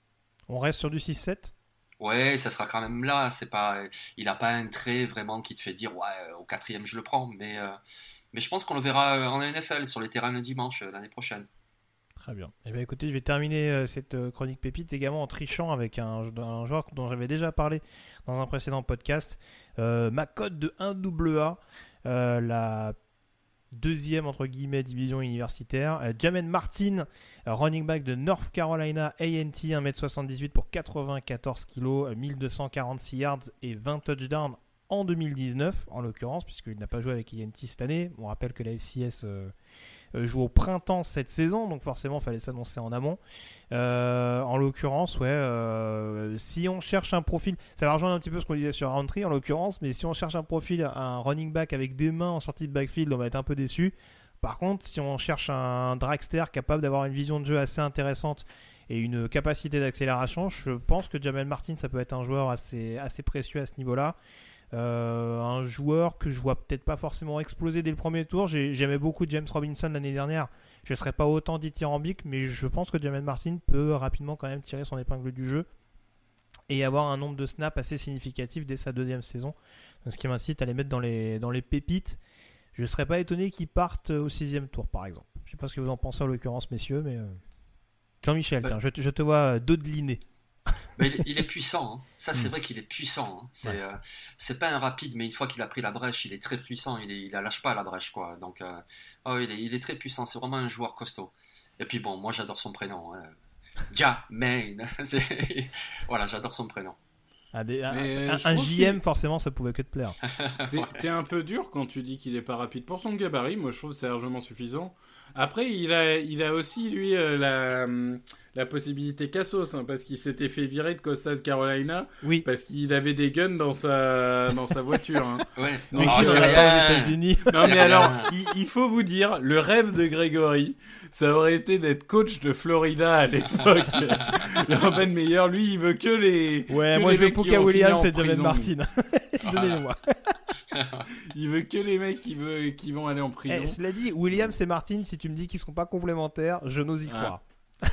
On reste sur du six sept?
Ouais, ça sera quand même là. C'est pas, il n'a pas un trait vraiment qui te fait dire ouais, au quatrième je le prends. Mais, euh, mais je pense qu'on le verra en N F L sur les terrains le dimanche euh, l'année prochaine.
Très bien. Eh bien, écoutez, je vais terminer euh, cette euh, chronique pépite également en trichant avec un, un joueur dont j'avais déjà parlé dans un précédent podcast. Euh, ma cote de un double A, euh, la deuxième entre guillemets division universitaire. Euh, Jamin Martin, euh, running back de North Carolina A and T, un mètre soixante-dix-huit pour quatre-vingt-quatorze kilos, euh, mille deux cent quarante-six yards et vingt touchdowns en deux mille dix-neuf en l'occurrence, puisqu'il n'a pas joué avec A and T cette année. On rappelle que la F C S euh, joue au printemps cette saison, donc forcément il fallait s'annoncer en amont. Euh, en l'occurrence, ouais, euh, si on cherche un profil, ça va rejoindre un petit peu ce qu'on disait sur Rountree en l'occurrence, mais si on cherche un profil, un running back avec des mains en sortie de backfield, on va être un peu déçu. Par contre, si on cherche un dragster capable d'avoir une vision de jeu assez intéressante et une capacité d'accélération, je pense que Jamin Martin, ça peut être un joueur assez, assez précieux à ce niveau-là. Euh, un joueur que je vois peut-être pas forcément exploser dès le premier tour. J'ai, j'aimais beaucoup James Robinson l'année dernière. Je ne serais pas autant dithyrambique, mais je pense que Jamal Martin peut rapidement quand même tirer son épingle du jeu et avoir un nombre de snaps assez significatif dès sa deuxième saison. Donc, ce qui m'incite à les mettre dans les, dans les pépites. Je ne serais pas étonné qu'ils partent au sixième tour, par exemple. Je ne sais pas ce que vous en pensez en l'occurrence, messieurs, mais... Euh... Jean-Michel, bah, tiens, je te, je te vois dodeliner.
Mais il, il est puissant, hein. Ça c'est mm. vrai qu'il est puissant. Hein. C'est, ouais. euh, c'est pas un rapide, mais une fois qu'il a pris la brèche, il est très puissant. Il, est, il la lâche pas la brèche, quoi. Donc, euh, oh, il, est, il est très puissant. C'est vraiment un joueur costaud. Et puis bon, moi j'adore son prénom. Hein. Ja-Main. Voilà, j'adore son prénom.
Ah, des, un, un, un J M, forcément, ça pouvait que te plaire.
T'es, t'es un peu dur quand tu dis qu'il est pas rapide. Pour son gabarit, moi je trouve que c'est largement suffisant. Après, il a, il a aussi, lui, euh, la, la possibilité Cassos, hein, parce qu'il s'était fait virer de Costa de Carolina,
oui.
parce qu'il avait des guns dans sa, dans sa voiture. Hein.
Ouais.
Mais qui n'en a pas aux États-Unis.
Non, mais alors, il, il faut vous dire, le rêve de Grégory, ça aurait été d'être coach de Florida à l'époque. Robin Meyer, lui, il veut que les.
Ouais,
que
moi
les
je veux Puka Williams et Jamal Martin. Donnez-le-moi.
Il veut que les mecs qui, veut, qui vont aller en prison.
Eh, cela dit, Williams et Martin, si tu me dis qu'ils ne seront pas complémentaires, je n'ose y croire.
Ah.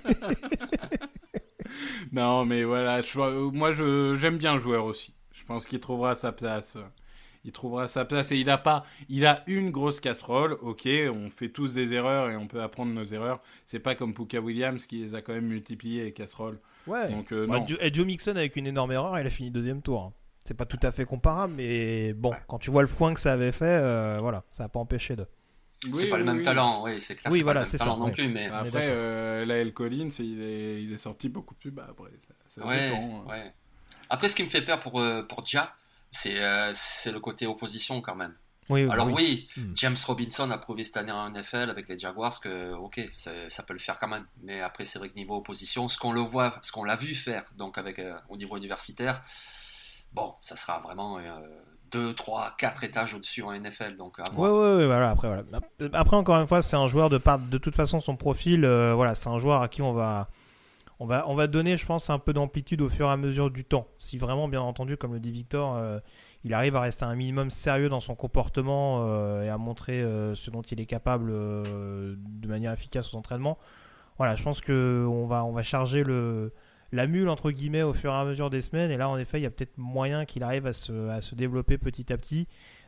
Non, mais voilà, je, moi je, j'aime bien le joueur aussi. Je pense qu'il trouvera sa place. Il trouvera sa place et il a pas, il a une grosse casserole. Ok, on fait tous des erreurs et on peut apprendre nos erreurs. C'est pas comme Puka Williams qui les a quand même multipliées les casseroles.
Ouais.
Donc euh,
bah,
non.
Joe, Joe Mixon avec une énorme erreur, il a fini deuxième tour. C'est pas tout à fait comparable, mais bon, quand tu vois le foin que ça avait fait, euh, voilà, ça n'a pas empêché de.
Oui,
c'est
pas
oui,
le même
oui.
talent, oui, c'est clair.
Oui,
c'est
voilà,
pas le
c'est
même talent
ça,
non
ouais.
plus, mais
après, euh, Lael Collins, il est, il est sorti beaucoup plus bas. Après, ça, ça
ouais,
dépend.
Ouais. Après, ce qui me fait peur pour euh, pour Ja, c'est euh, c'est le côté opposition quand même.
Oui,
Alors
oui,
oui,
hmm.
James Robinson a prouvé cette année en N F L avec les Jaguars que ok, ça peut le faire quand même. Mais après, c'est vrai que niveau opposition, ce qu'on le voit, ce qu'on l'a vu faire, donc avec euh, au niveau universitaire, bon, ça sera vraiment euh, deux, trois, quatre étages au-dessus en N F L. Donc,
ouais, ouais, ouais, voilà. Après, voilà. Après, encore une fois, c'est un joueur de part, de toute façon, son profil, euh, voilà, c'est un joueur à qui on va, on va, on va donner, je pense, un peu d'amplitude au fur et à mesure du temps. Si vraiment, bien entendu, comme le dit Victor, euh, il arrive à rester un minimum sérieux dans son comportement euh, et à montrer euh, ce dont il est capable euh, de manière efficace aux entraînements. Voilà, je pense que on va, on va charger le la mule entre guillemets au fur et à mesure des semaines, et là en effet il y a peut-être moyen qu'il arrive à se, à se développer petit à petit.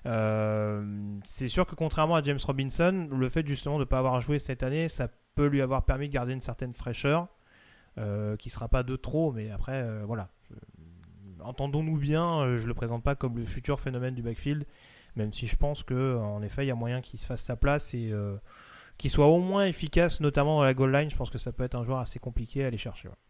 Euh, c'est sûr que contrairement à James Robinson, le fait justement de ne pas avoir joué cette année, ça peut lui avoir permis de garder une certaine fraîcheur euh, qui ne sera pas de trop, mais après euh, voilà, je, entendons-nous bien, je ne le présente pas comme le futur phénomène du backfield, même si je pense qu'en effet il y a moyen qu'il se fasse sa place et euh, qu'il soit au moins efficace, notamment dans la goal line. Je pense que ça peut être un joueur assez compliqué à aller chercher. Ouais.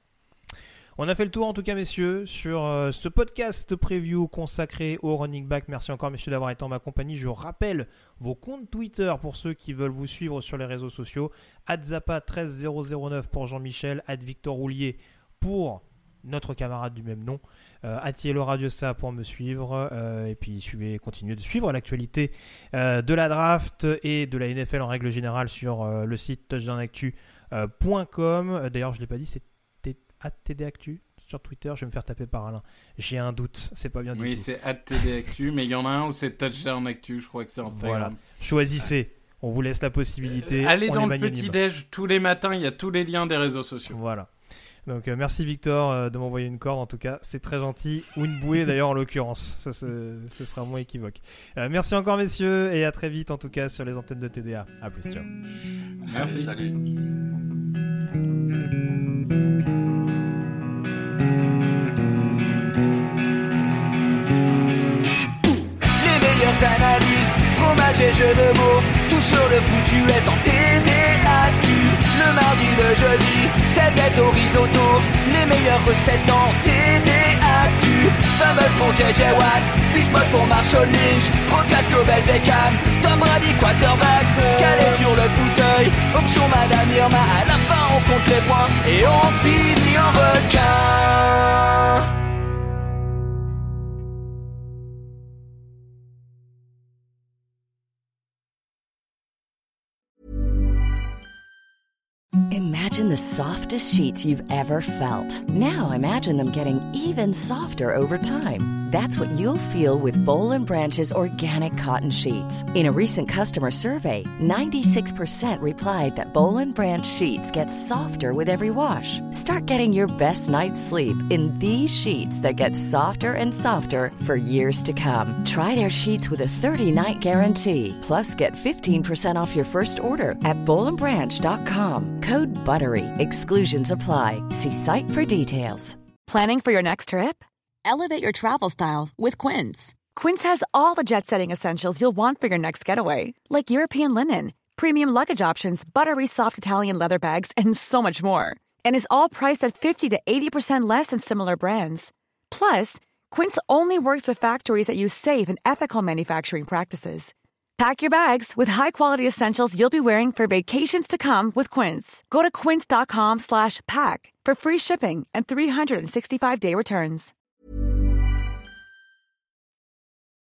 On a fait le tour en tout cas messieurs sur euh, ce podcast preview consacré au running back. Merci encore messieurs d'avoir été en ma compagnie. Je rappelle vos comptes Twitter pour ceux qui veulent vous suivre sur les réseaux sociaux. arobase zappa treize zéro zéro neuf pour Jean-Michel, arobase Victor Roulier pour notre camarade du même nom, euh, Atiello Radiosa pour me suivre, euh, et puis suivez, continuez de suivre l'actualité euh, de la draft et de la N F L en règle générale sur euh, le site touchdown actu point com. D'ailleurs je ne l'ai pas dit, c'est arobase T D Actu sur Twitter. Je vais me faire taper par Alain, j'ai un doute, c'est pas bien du
oui,
tout.
Oui, c'est arobase T D Actu, mais il y en a un où c'est Touchdown Actu, je crois que c'est Instagram.
Voilà, choisissez, on vous laisse la possibilité.
Euh, allez
on
dans le petit-déj tous les matins, il y a tous les liens des réseaux sociaux.
Voilà. Donc euh, merci Victor euh, de m'envoyer une corde, en tout cas c'est très gentil, ou une bouée d'ailleurs en l'occurrence, ça ce sera moins équivoque. Euh, merci encore messieurs et à très vite en tout cas sur les antennes de T D A. À plus, ciao.
Merci. Salut.
Les meilleures analyses, fromage et jeux de mots, tout sur le foutu est en T D A Q. Le mardi, le jeudi, tel gâteau risotto, les meilleures recettes en T D A Q. Fumble pour J J Watt, Bismuth pour Marshall Lynch, Procast Global Beckham, Tom Brady quarterback, calé sur le fauteuil, option Madame Irma, à la fin on compte les points et on finit en requin.
Imagine the softest sheets you've ever felt. Now imagine them getting even softer over time. That's what you'll feel with Boll and Branch's organic cotton sheets. In a recent customer survey, ninety-six percent replied that Boll and Branch sheets get softer with every wash. Start getting your best night's sleep in these sheets that get softer and softer for years to come. Try their sheets with a thirty-night guarantee. Plus, get fifteen percent off your first order at boll and branch dot com. Code BUTTERY. Exclusions apply. See site for details.
Planning for your next trip? Elevate your travel style with Quince. Quince has all the jet-setting essentials you'll want for your next getaway, like European linen, premium luggage options, buttery soft Italian leather bags, and so much more. And is all priced at fifty to eighty percent less than similar brands. Plus, Quince only works with factories that use safe and ethical manufacturing practices. Pack your bags with high-quality essentials you'll be wearing for vacations to come with Quince. Go to quince dot com slash pack for free shipping and three sixty-five day returns.